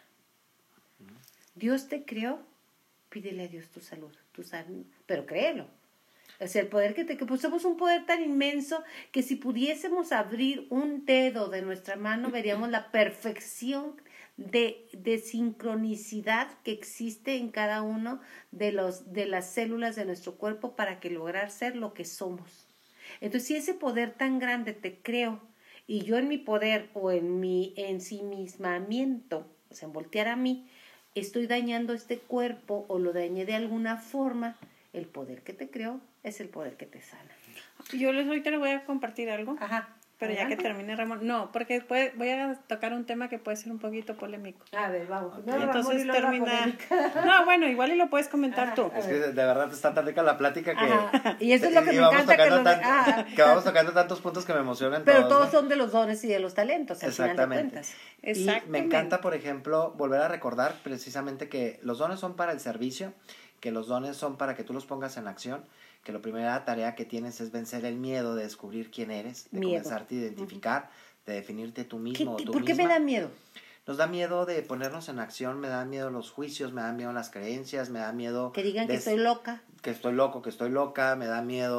Dios te creó, pídele a Dios tu salud, pero créelo. O sea, el poder que pues somos un poder tan inmenso que si pudiésemos abrir un dedo de nuestra mano, veríamos la perfección de sincronicidad que existe en cada uno de las células de nuestro cuerpo para que lograr ser lo que somos. Entonces, si ese poder tan grande te creo, y yo en mi poder o en mi ensimismamiento, o sea, en voltear a mí, estoy dañando este cuerpo o lo dañé de alguna forma, el poder que te creó es el poder que te sana. Yo ahorita le voy a compartir algo. Ajá. Pero adelante. Ya que termine Ramón. No, porque voy a tocar un tema que puede ser un poquito polémico. A ver, vamos. Okay. No, entonces termina. No, bueno, igual y lo puedes comentar tú. Es que de verdad está tan rica la plática que. Ajá. Y eso es lo que me encanta que vamos tocando tantos puntos que me emocionan. Pero todos son de los dones y de los talentos, al final de cuentas. Y me encanta, por ejemplo, volver a recordar precisamente que los dones son para el servicio, que los dones son para que tú los pongas en acción, que la primera tarea que tienes es vencer el miedo de descubrir quién eres, de comenzarte a identificar, de definirte tú mismo o tú misma. ¿Por qué me da miedo? Nos da miedo de ponernos en acción, me da miedo los juicios, me da miedo las creencias, me da miedo... Que digan que estoy loca. Que estoy loco, que estoy loca, me da miedo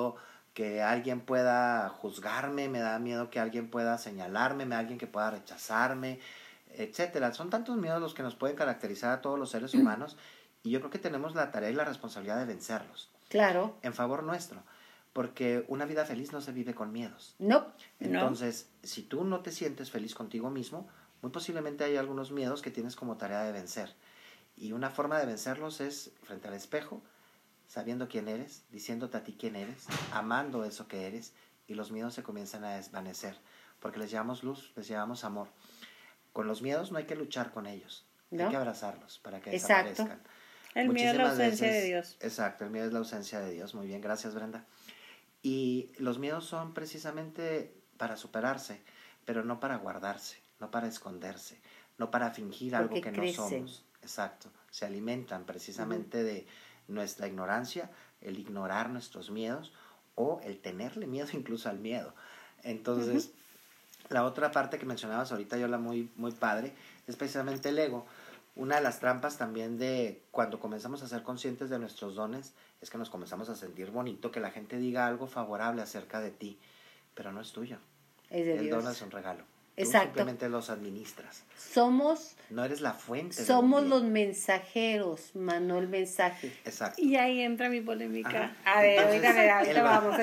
que alguien pueda juzgarme, me da miedo que alguien pueda señalarme, me da alguien que pueda rechazarme, etcétera. Son tantos miedos los que nos pueden caracterizar a todos los seres humanos y yo creo que tenemos la tarea y la responsabilidad de vencerlos. Claro. En favor nuestro, porque una vida feliz no se vive con miedos. No. Entonces, si tú no te sientes feliz contigo mismo, muy posiblemente hay algunos miedos que tienes como tarea de vencer. Y una forma de vencerlos es frente al espejo, sabiendo quién eres, diciéndote a ti quién eres, amando eso que eres, y los miedos se comienzan a desvanecer, porque les llevamos luz, les llevamos amor. Con los miedos no hay que luchar con ellos, ¿no? Hay que abrazarlos para que desaparezcan. El miedo es la ausencia de Dios. Exacto, el miedo es la ausencia de Dios. Muy bien, gracias Brenda. Y los miedos son precisamente para superarse, pero no para guardarse, no para esconderse, no para fingir algo que no somos. Exacto, se alimentan precisamente de nuestra ignorancia, el ignorar nuestros miedos o el tenerle miedo incluso al miedo. Entonces, la otra parte que mencionabas ahorita, Yola, muy padre, es precisamente el ego. Una de las trampas también de cuando comenzamos a ser conscientes de nuestros dones es que nos comenzamos a sentir bonito, que la gente diga algo favorable acerca de ti, pero no es tuyo. Es de el Dios. don es un regalo. Exacto. Tú simplemente los administras. No eres la fuente. Somos los mensajeros, mandó el mensaje. Exacto. Y ahí entra mi polémica. Ajá. A ver, ahorita vamos.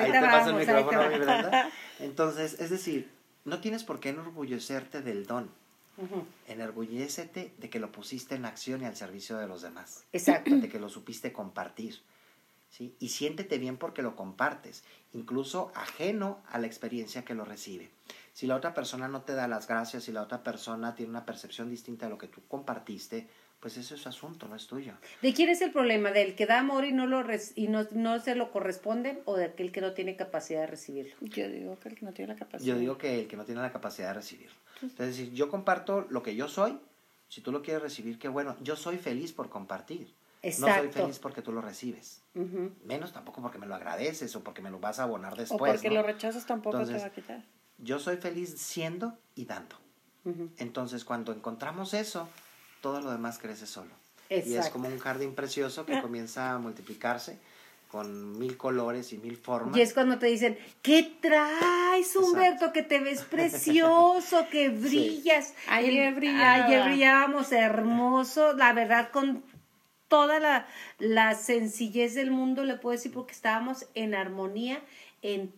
Entonces, es decir, no tienes por qué enorgullecerte del don. Enorgullécete de que lo pusiste en acción y al servicio de los demás. Exacto. De que lo supiste compartir. ¿Sí? Y siéntete bien porque lo compartes, incluso ajeno a la experiencia que lo recibe. Si la otra persona no te da las gracias, si la otra persona tiene una percepción distinta de lo que tú compartiste, pues ese es su asunto, no es tuyo. ¿De quién es el problema? ¿Del que da amor y no se lo corresponde o de aquel que no tiene capacidad de recibirlo? Yo digo que el que no tiene la capacidad. Yo digo que el que no tiene la capacidad de recibirlo. Entonces, si yo comparto lo que yo soy, si tú lo quieres recibir, qué bueno. Yo soy feliz por compartir. Exacto. No soy feliz porque tú lo recibes. Menos tampoco porque me lo agradeces o porque me lo vas a abonar después. O porque lo rechazas tampoco. Entonces, te va a quitar. Yo soy feliz siendo y dando. Entonces, cuando encontramos eso, todo lo demás crece solo. Exacto. Y es como un jardín precioso que comienza a multiplicarse con 1000 colores y 1000 formas. Y es cuando te dicen, ¿qué traes, Humberto? Exacto. Que te ves precioso, que brillas. Sí. Ayer brillábamos hermoso, la verdad, con toda la sencillez del mundo, le puedo decir, porque estábamos en armonía, en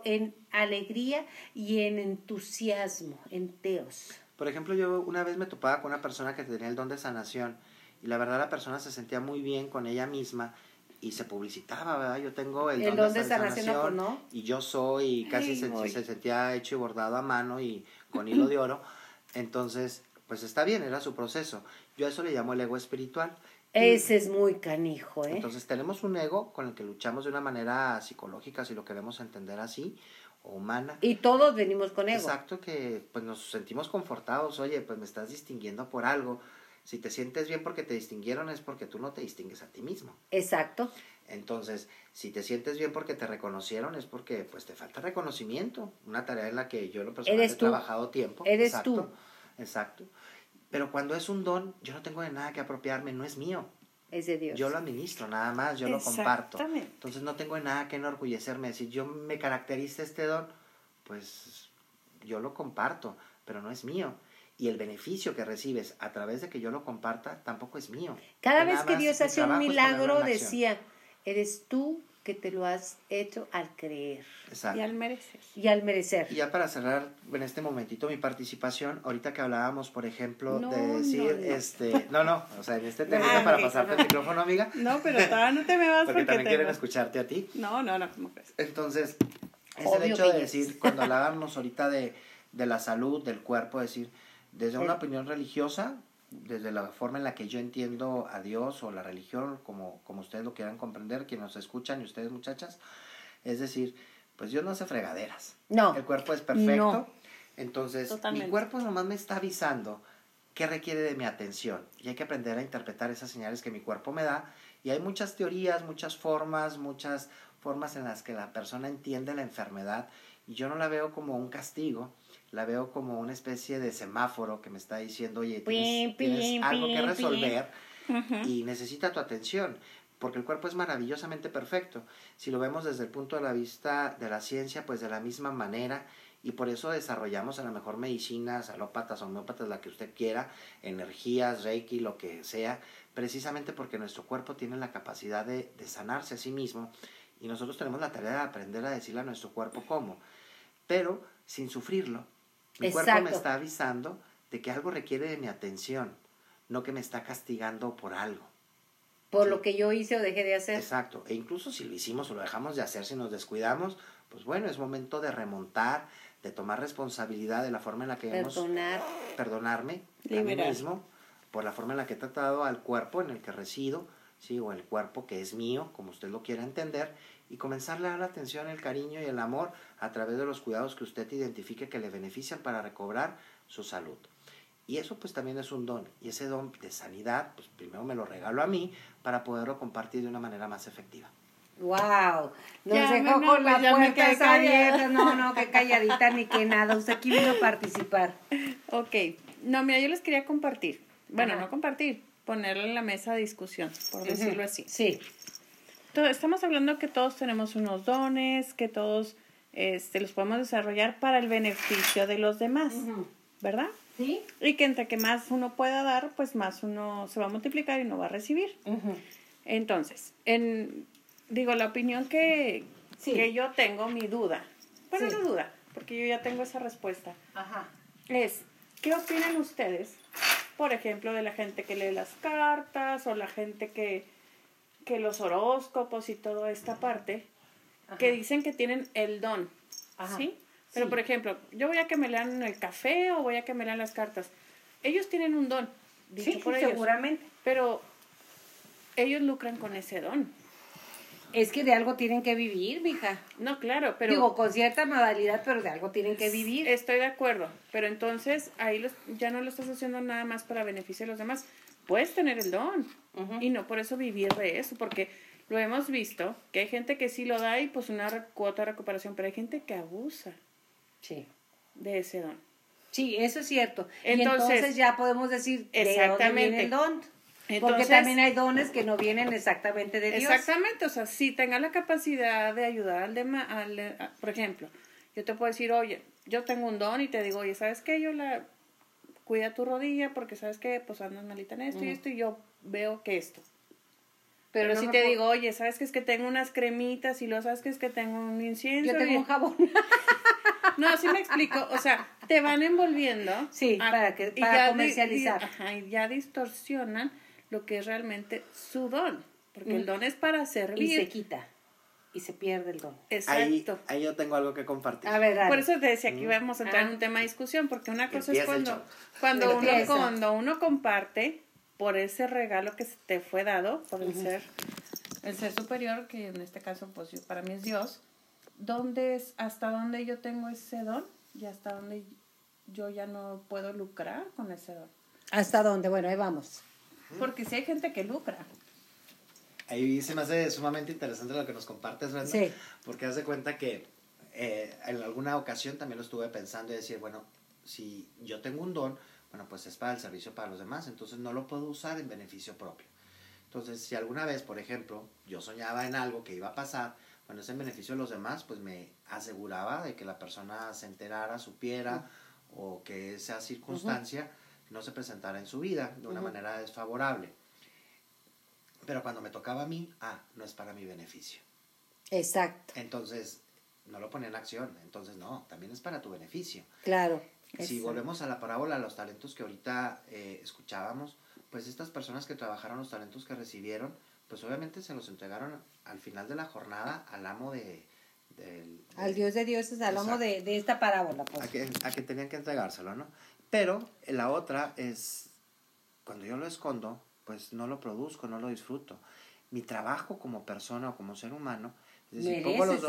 alegría y en entusiasmo, en teos. Por ejemplo, yo una vez me topaba con una persona que tenía el don de sanación y la verdad la persona se sentía muy bien con ella misma y se publicitaba, ¿verdad? Yo tengo el don de sanación ¿no? Y yo soy, casi se sentía hecho y bordado a mano y con hilo de oro. Entonces, pues está bien, era su proceso. Yo a eso le llamo el ego espiritual. Ese es muy canijo, ¿eh? Entonces tenemos un ego con el que luchamos de una manera psicológica, si lo queremos entender así, o humana. Y todos venimos con ego. Exacto, que pues nos sentimos confortados. Oye, pues me estás distinguiendo por algo. Si te sientes bien porque te distinguieron es porque tú no te distingues a ti mismo. Exacto. Entonces, si te sientes bien porque te reconocieron es porque pues te falta reconocimiento. Una tarea en la que yo he trabajado tiempo. Eres exacto, tú. Exacto. Pero cuando es un don, yo no tengo de nada que apropiarme, no es mío. Es de Dios. Yo lo administro, nada más, yo lo comparto. Entonces no tengo de nada que enorgullecerme. Si yo me caracteriza este don, pues yo lo comparto, pero no es mío. Y el beneficio que recibes a través de que yo lo comparta tampoco es mío. Cada vez que Dios hace un milagro decía, eres tú que te lo has hecho al creer. Exacto. Y al merecer. Y ya para cerrar en este momentito mi participación, ahorita que hablábamos, por ejemplo, de decir, no, o sea, en este tema para pasarte el micrófono, amiga. No, pero todavía no te me vas porque también quieren escucharte a ti. No, ¿cómo crees? Entonces, es el hecho de decir, cuando hablábamos ahorita de la salud, del cuerpo, decir, desde una opinión religiosa, desde la forma en la que yo entiendo a Dios o la religión, como ustedes lo quieran comprender, quienes nos escuchan y ustedes muchachas, es decir, pues Dios no hace fregaderas. No. El cuerpo es perfecto. No. Entonces, totalmente. Mi cuerpo nomás me está avisando qué requiere de mi atención. Y hay que aprender a interpretar esas señales que mi cuerpo me da. Y hay muchas teorías, muchas formas en las que la persona entiende la enfermedad. Y yo no la veo como un castigo, la veo como una especie de semáforo que me está diciendo, oye, tienes algo que resolver y necesita tu atención. porque el cuerpo es maravillosamente perfecto. Si lo vemos desde el punto de la vista de la ciencia, pues de la misma manera, y por eso desarrollamos a lo mejor medicinas, alópatas, homeópatas, la que usted quiera, energías, reiki, lo que sea, precisamente porque nuestro cuerpo tiene la capacidad de sanarse a sí mismo, y nosotros tenemos la tarea de aprender a decirle a nuestro cuerpo cómo, pero sin sufrirlo. Mi cuerpo me está avisando de que algo requiere de mi atención, no que me está castigando por algo. Por lo que yo hice o dejé de hacer. Exacto, e incluso si lo hicimos o lo dejamos de hacer, si nos descuidamos, pues bueno, es momento de remontar, de tomar responsabilidad de la forma en la que perdonarme a mí mismo, por la forma en la que he tratado al cuerpo en el que resido, ¿sí? O el cuerpo que es mío, como usted lo quiera entender, y comenzarle a dar la atención, el cariño y el amor a través de los cuidados que usted identifique que le benefician para recobrar su salud. Y eso pues también es un don, y ese don de sanidad, pues primero me lo regalo a mí para poderlo compartir de una manera más efectiva. ¡Wow! Nos dejó con la puerta abierta. No, qué calladita ni que nada. Usted aquí vino a participar. Ok. No, mira, yo les quería compartir. Bueno, no compartir, ponerle en la mesa de discusión, por decirlo así. Sí. Estamos hablando que todos tenemos unos dones, que todos los podemos desarrollar para el beneficio de los demás, ¿verdad? Sí. Y que entre que más uno pueda dar, pues más uno se va a multiplicar y no va a recibir. Entonces, la opinión que yo tengo, mi duda, bueno, no duda, porque yo ya tengo esa respuesta, es, ¿qué opinan ustedes, por ejemplo, de la gente que lee las cartas o la gente que los horóscopos y toda esta parte, que dicen que tienen el don, ¿sí? Pero, por ejemplo, yo voy a que me lean el café o voy a que me lean las cartas. Ellos tienen un don, dicho por ellos. Seguramente. Pero ellos lucran con ese don. Es que de algo tienen que vivir, mija. No, claro, pero... Digo, con cierta modalidad, pero de algo tienen que vivir. Estoy de acuerdo, pero entonces ahí ya no lo estás haciendo nada más para beneficio de los demás. Puedes tener el don y no por eso vivir de eso, porque lo hemos visto, que hay gente que sí lo da y pues una cuota de recuperación, pero hay gente que abusa de ese don. Sí, eso es cierto. Entonces ya podemos decir de dónde viene el don. Entonces, porque también hay dones que no vienen exactamente de Dios. Exactamente, o sea, si tengas la capacidad de ayudar al demás, por ejemplo, yo te puedo decir, oye, yo tengo un don y te digo, oye, ¿sabes qué? Cuida tu rodilla porque ¿sabes qué? Pues andas malita en esto y esto y yo veo que esto. Pero no si te digo, oye, ¿sabes qué? Es que tengo unas cremitas y luego ¿sabes qué? Es que tengo un incienso. Yo tengo un jabón. No, sí me explico, o sea, te van envolviendo. Sí, para comercializar. Y ya distorsionan lo que es realmente su don, porque el don es para servir. Y se quita, y se pierde el don. Exacto. Ahí yo tengo algo que compartir. A ver, dale. Por eso te decía que íbamos a entrar en un tema de discusión, porque una cosa es cuando uno comparte por ese regalo que te fue dado, por el ser superior, que en este caso pues para mí es Dios, hasta dónde yo tengo ese don y hasta dónde yo ya no puedo lucrar con ese don. ¿Hasta dónde? Bueno, ahí vamos. Porque si hay gente que lucra. Ahí se me hace sumamente interesante lo que nos compartes, Brenda. Sí. Porque haz de cuenta que en alguna ocasión también lo estuve pensando y decir, bueno, si yo tengo un don, bueno, pues es para el servicio para los demás, entonces no lo puedo usar en beneficio propio. Entonces, si alguna vez, por ejemplo, yo soñaba en algo que iba a pasar, bueno, es en beneficio de los demás, pues me aseguraba de que la persona se enterara, supiera, o que esa circunstancia no se presentara en su vida de una manera desfavorable. Pero cuando me tocaba a mí, no es para mi beneficio. Exacto. Entonces, no lo ponía en acción. Entonces, no, también es para tu beneficio. Claro. Si volvemos a la parábola, a los talentos que ahorita escuchábamos, pues estas personas que trabajaron los talentos que recibieron, pues obviamente se los entregaron al final de la jornada al amo al Dios de dioses, al amo de esta parábola. Pues. A que tenían que entregárselo, ¿no? Pero la otra es, cuando yo lo escondo, pues no lo produzco, no lo disfruto. Mi trabajo como persona o como ser humano, es decir,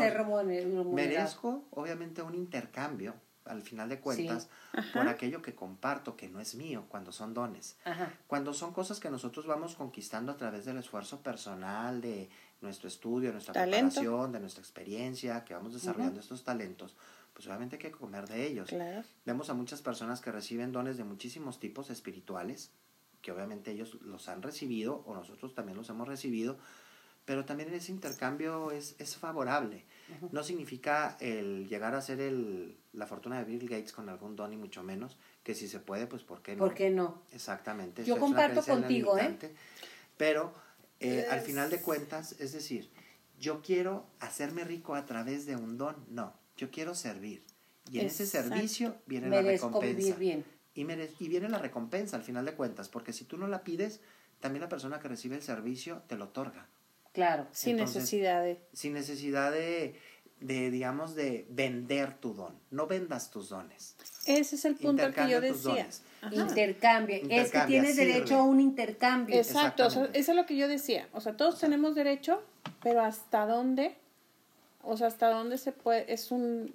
merezco obviamente un intercambio, al final de cuentas, por aquello que comparto, que no es mío, cuando son dones. Cuando son cosas que nosotros vamos conquistando a través del esfuerzo personal, de nuestro estudio, nuestra preparación, de nuestra experiencia, que vamos desarrollando estos talentos, pues obviamente hay que comer de ellos. Claro. Vemos a muchas personas que reciben dones de muchísimos tipos espirituales, que obviamente ellos los han recibido, o nosotros también los hemos recibido, pero también ese intercambio es favorable. Uh-huh. No significa el llegar a ser la fortuna de Bill Gates con algún don, y mucho menos, que si se puede, pues ¿por qué no? ¿Por qué no? Exactamente. Yo comparto contigo, Pero al final de cuentas, es decir, yo quiero hacerme rico a través de un don, no, yo quiero servir. Y en ese servicio viene la recompensa. Vivir bien. Y viene la recompensa al final de cuentas, porque si tú no la pides, también la persona que recibe el servicio te lo otorga. Claro. Sin necesidad de, digamos, de vender tu don. No vendas tus dones. Ese es el punto que yo decía. Intercambia. Es que tienes derecho a un intercambio. Exacto, o sea, eso es lo que yo decía. O sea, todos tenemos derecho, pero ¿hasta dónde? O sea, ¿hasta dónde se puede? Es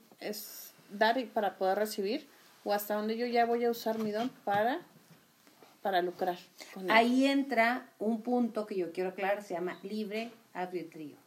dar para poder recibir, o hasta dónde yo ya voy a usar mi don para lucrar con él. Ahí entra un punto que yo quiero aclarar, se llama libre albedrío.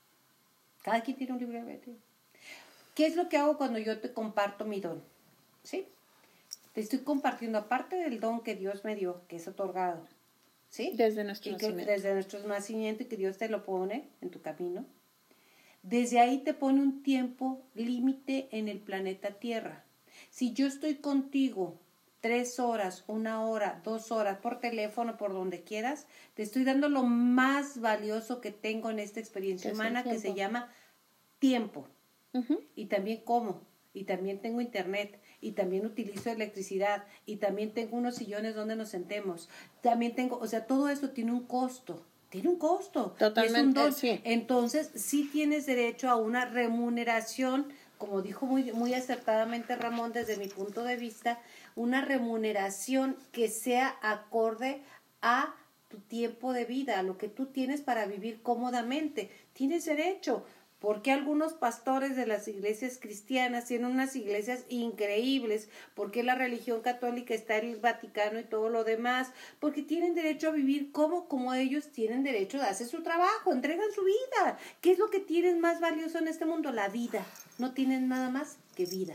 Cada quien tiene un libre albedrío. ¿Qué es lo que hago cuando yo te comparto mi don? ¿Sí? Te estoy compartiendo, aparte del don que Dios me dio, que es otorgado, ¿sí? Desde nuestro nacimiento. Desde nuestro nacimiento, y que Dios te lo pone en tu camino. Desde ahí te pone un tiempo límite en el planeta Tierra. Si yo estoy contigo 3 horas, 1 hora, 2 horas, por teléfono, por donde quieras, te estoy dando lo más valioso que tengo en esta experiencia humana, que se llama tiempo. Uh-huh. Y también como, y también tengo internet, y también utilizo electricidad, y también tengo unos sillones donde nos sentemos. También tengo, o sea, todo esto tiene un costo. Tiene un costo. Totalmente, es un don. Sí. Entonces, sí tienes derecho a una remuneración, como dijo muy acertadamente Ramón desde mi punto de vista, una remuneración que sea acorde a tu tiempo de vida, a lo que tú tienes para vivir cómodamente. Tienes derecho. ¿Por qué algunos pastores de las iglesias cristianas tienen unas iglesias increíbles? ¿Por qué la religión católica está en el Vaticano y todo lo demás? Porque tienen derecho a vivir como ellos tienen derecho a hacer su trabajo, entregan su vida. ¿Qué es lo que tienen más valioso en este mundo? La vida. No tienen nada más que vida.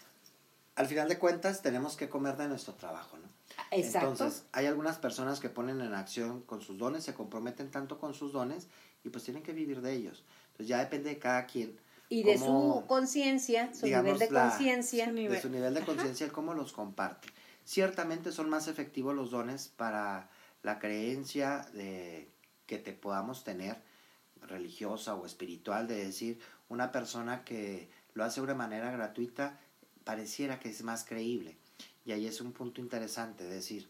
Al final de cuentas, tenemos que comer de nuestro trabajo, ¿no? Exacto. Entonces, hay algunas personas que ponen en acción con sus dones, se comprometen tanto con sus dones y pues tienen que vivir de ellos. Entonces ya depende de cada quien. Y de su conciencia, su nivel de conciencia. De su nivel de conciencia, el cómo los comparte. Ciertamente son más efectivos los dones para la creencia de que te podamos tener, religiosa o espiritual, de decir, una persona que lo hace de una manera gratuita, pareciera que es más creíble. Y ahí es un punto interesante, de decir,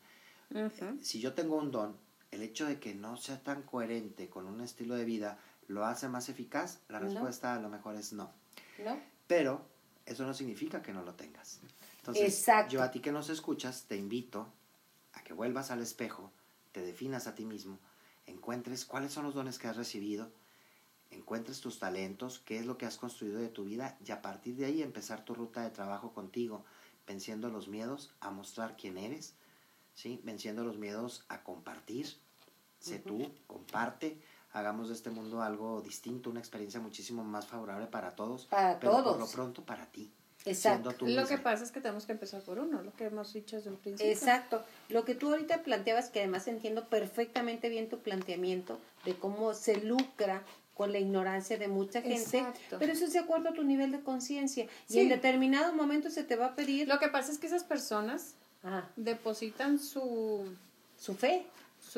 si yo tengo un don, el hecho de que no sea tan coherente con un estilo de vida, ¿lo hace más eficaz? La respuesta a lo mejor es no. No. Pero eso no significa que no lo tengas. Entonces, exacto. Yo a ti que nos escuchas, te invito a que vuelvas al espejo, te definas a ti mismo, encuentres cuáles son los dones que has recibido, encuentres tus talentos, qué es lo que has construido de tu vida, y a partir de ahí empezar tu ruta de trabajo contigo, venciendo los miedos a mostrar quién eres, ¿sí? Venciendo los miedos a compartir. Sé tú, comparte, hagamos de este mundo algo distinto, una experiencia muchísimo más favorable para todos. Pero por lo pronto para ti. Exacto. Lo que pasa es que tenemos que empezar por uno, lo que hemos dicho desde un principio. Exacto. Lo que tú ahorita planteabas, que además entiendo perfectamente bien tu planteamiento de cómo se lucra con la ignorancia de mucha gente. Exacto. Pero eso es de acuerdo a tu nivel de conciencia. Sí. Y en determinado momento se te va a pedir... Lo que pasa es que esas personas depositan su fe.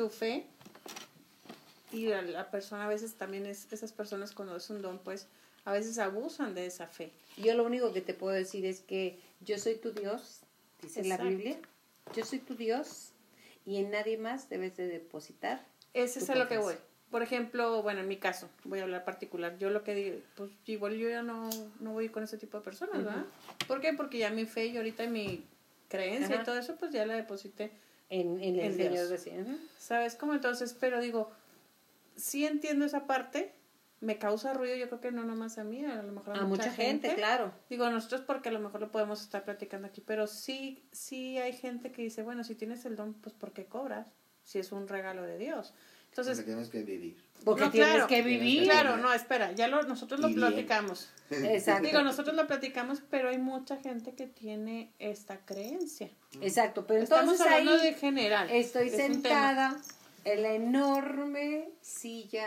Y la persona a veces también esas personas cuando es un don, pues a veces abusan de esa fe. Yo lo único que te puedo decir es que yo soy tu Dios, dice la Biblia. Yo soy tu Dios y en nadie más debes de depositar. Ese es a lo que voy. Por ejemplo, bueno, en mi caso, voy a hablar particular. Yo lo que digo, pues igual yo ya no voy con ese tipo de personas, ¿verdad? ¿Por qué? Porque ya mi fe y ahorita mi creencia y todo eso, pues ya la deposité en el Señor. ¿Sabes cómo? Entonces, pero digo, sí entiendo esa parte, me causa ruido, yo creo que no nomás a mí, a lo mejor a mucha gente, claro. Digo, nosotros porque a lo mejor lo podemos estar platicando aquí, pero sí hay gente que dice, bueno, si tienes el don, pues ¿por qué cobras? Si es un regalo de Dios. Entonces, porque tienes que vivir. Porque tienes que vivir. Claro, no, espera, ya nosotros lo platicamos. Exacto. Digo, nosotros lo platicamos, pero hay mucha gente que tiene esta creencia. Exacto, pero estamos entonces hablando ahí de general. Estoy sentada en la enorme silla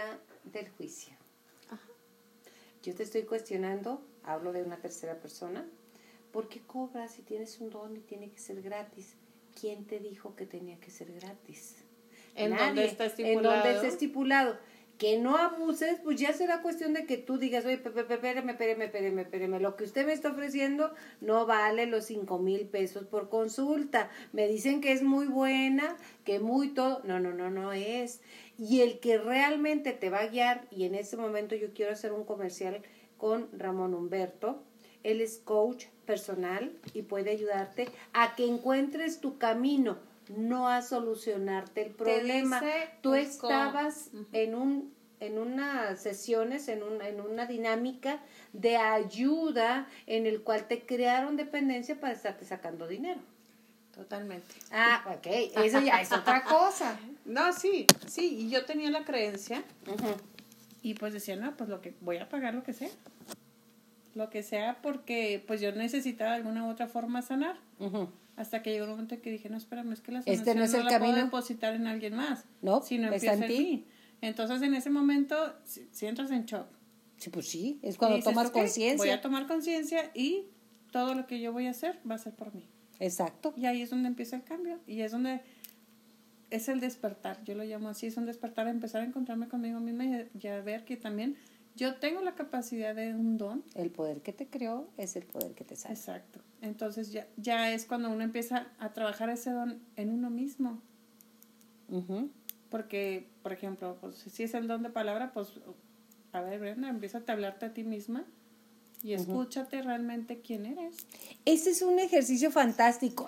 del juicio. Yo te estoy cuestionando, hablo de una tercera persona. ¿Por qué cobras si tienes un don y tiene que ser gratis? ¿Quién te dijo que tenía que ser gratis? ¿En Nadie. dónde está estipulado? En dónde está estipulado. Que no abuses, pues ya será cuestión de que tú digas, oye, espéreme, lo que usted me está ofreciendo no vale los 5,000 pesos por consulta. Me dicen que es muy buena, que muy todo. No es. Y el que realmente te va a guiar, y en este momento yo quiero hacer un comercial con Ramón Humberto. Él es coach personal y puede ayudarte a que encuentres tu camino, no a solucionarte el problema. Tú estabas en unas sesiones, en una dinámica de ayuda en el cual te crearon dependencia para estarte sacando dinero. Totalmente. Ok, eso ya es otra cosa. No, sí, y yo tenía la creencia y pues decía, no, pues voy a pagar lo que sea porque pues yo necesitaba de alguna u otra forma sanar. Hasta que llegó un momento que dije, no, espérame, es que la sanación no es el la camino. puedo depositar en alguien más, No, sino está empieza en mí. Entonces en ese momento si entras en shock. Sí, pues sí, es cuando dices, tomas okay, conciencia. Voy a tomar conciencia y todo lo que yo voy a hacer va a ser por mí. Exacto. Y ahí es donde empieza el cambio y es donde es el despertar, yo lo llamo así, es un despertar, empezar a encontrarme conmigo misma y a ver que también yo tengo la capacidad de un don. El poder que te creó es el poder que te sale. Exacto. Entonces ya es cuando uno empieza a trabajar ese don en uno mismo. Porque, por ejemplo, pues, si es el don de palabra, pues, a ver, Brenda, empieza a hablarte a ti misma y escúchate realmente quién eres. Ese es un ejercicio fantástico.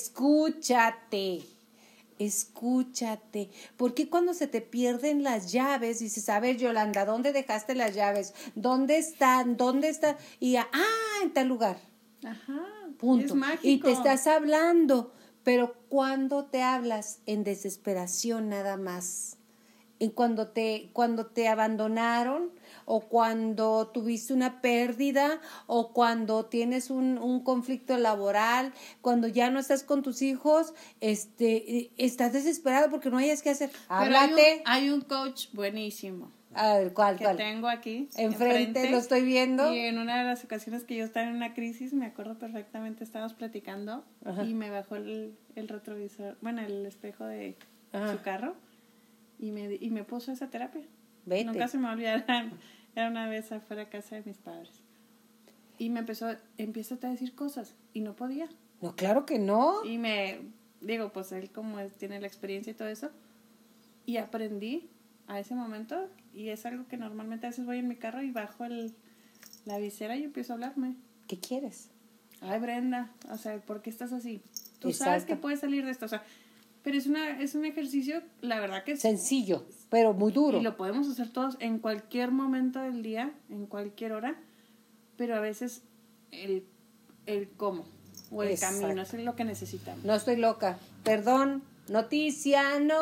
Escúchate, porque cuando se te pierden las llaves, dices, a ver, Yolanda, ¿dónde dejaste las llaves? ¿Dónde están? Y en tal lugar. Punto. Es mágico. Y te estás hablando, pero cuando te hablas en desesperación nada más, y cuando te abandonaron, o cuando tuviste una pérdida, o cuando tienes un conflicto laboral, cuando ya no estás con tus hijos, estás desesperado porque no hayas qué hacer. Háblate. Hay un coach buenísimo. A ver, ¿cuál? Tengo aquí. Enfrente, lo estoy viendo. Y en una de las ocasiones que yo estaba en una crisis, me acuerdo perfectamente, estábamos platicando y me bajó el retrovisor, el espejo de su carro y me puso esa terapia. Vete. Nunca se me olvidará. Era una vez afuera de casa de mis padres. Y empieza a decir cosas y no podía. No, claro que no. Y pues él como tiene la experiencia y todo eso. Y aprendí a ese momento y es algo que normalmente a veces voy en mi carro y bajo la visera y empiezo a hablarme. ¿Qué quieres? Ay, Brenda, o sea, ¿por qué estás así? Tú Exacto. sabes que puedes salir de esto, o sea, pero es un ejercicio, la verdad que es sencillo, pero muy duro. Y lo podemos hacer todos en cualquier momento del día, en cualquier hora, pero a veces el cómo o el camino es lo que necesitamos. No estoy loca, perdón. Noticia,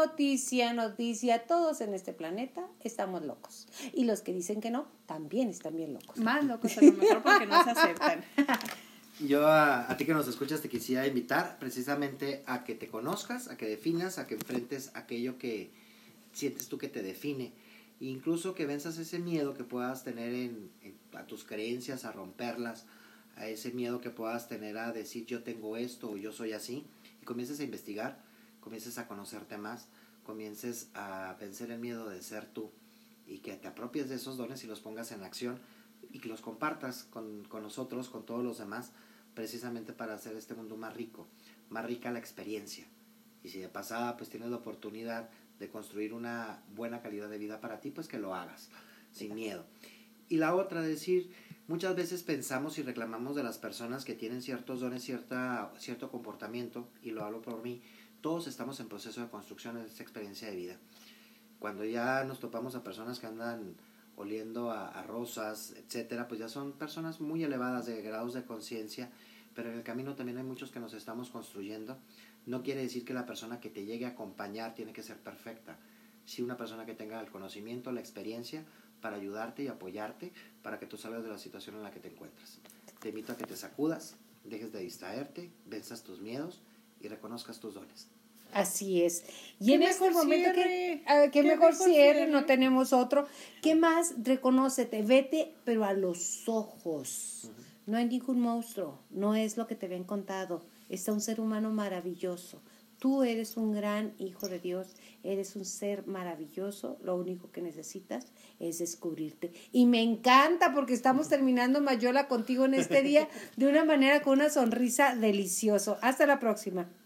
todos en este planeta estamos locos. Y los que dicen que no, también están bien locos. Más locos a lo mejor porque no se aceptan. Yo a ti que nos escuchas te quisiera invitar precisamente a que te conozcas, a que definas, a que enfrentes aquello que sientes tú que te define. E incluso que venzas ese miedo que puedas tener a tus creencias, a romperlas, a ese miedo que puedas tener a decir yo tengo esto o yo soy así, y comiences a investigar, comiences a conocerte más, comiences a vencer el miedo de ser tú y que te apropies de esos dones y los pongas en acción y que los compartas con nosotros, con todos los demás, precisamente para hacer este mundo más rico, más rica la experiencia. Y si de pasada pues tienes la oportunidad de construir una buena calidad de vida para ti, pues que lo hagas, sin miedo. Y la otra, decir, muchas veces pensamos y reclamamos de las personas que tienen ciertos dones, cierto comportamiento, y lo hablo por mí, todos estamos en proceso de construcción de esta experiencia de vida. Cuando ya nos topamos a personas que andan oliendo a rosas, etcétera, pues ya son personas muy elevadas de grados de conciencia, pero en el camino también hay muchos que nos estamos construyendo. No quiere decir que la persona que te llegue a acompañar tiene que ser perfecta. Sí, una persona que tenga el conocimiento, la experiencia para ayudarte y apoyarte para que tú salgas de la situación en la que te encuentras. Te invito a que te sacudas, dejes de distraerte, venzas tus miedos y reconozcas tus dones. Así es. Y en este momento que mejor cierre, no tenemos otro. ¿Qué más? Reconócete, vete, pero a los ojos. No hay ningún monstruo, no es lo que te habían contado. Está un ser humano maravilloso. Tú eres un gran hijo de Dios, eres un ser maravilloso, lo único que necesitas es descubrirte. Y me encanta porque estamos terminando, Mayola, contigo en este día de una manera con una sonrisa deliciosa. Hasta la próxima.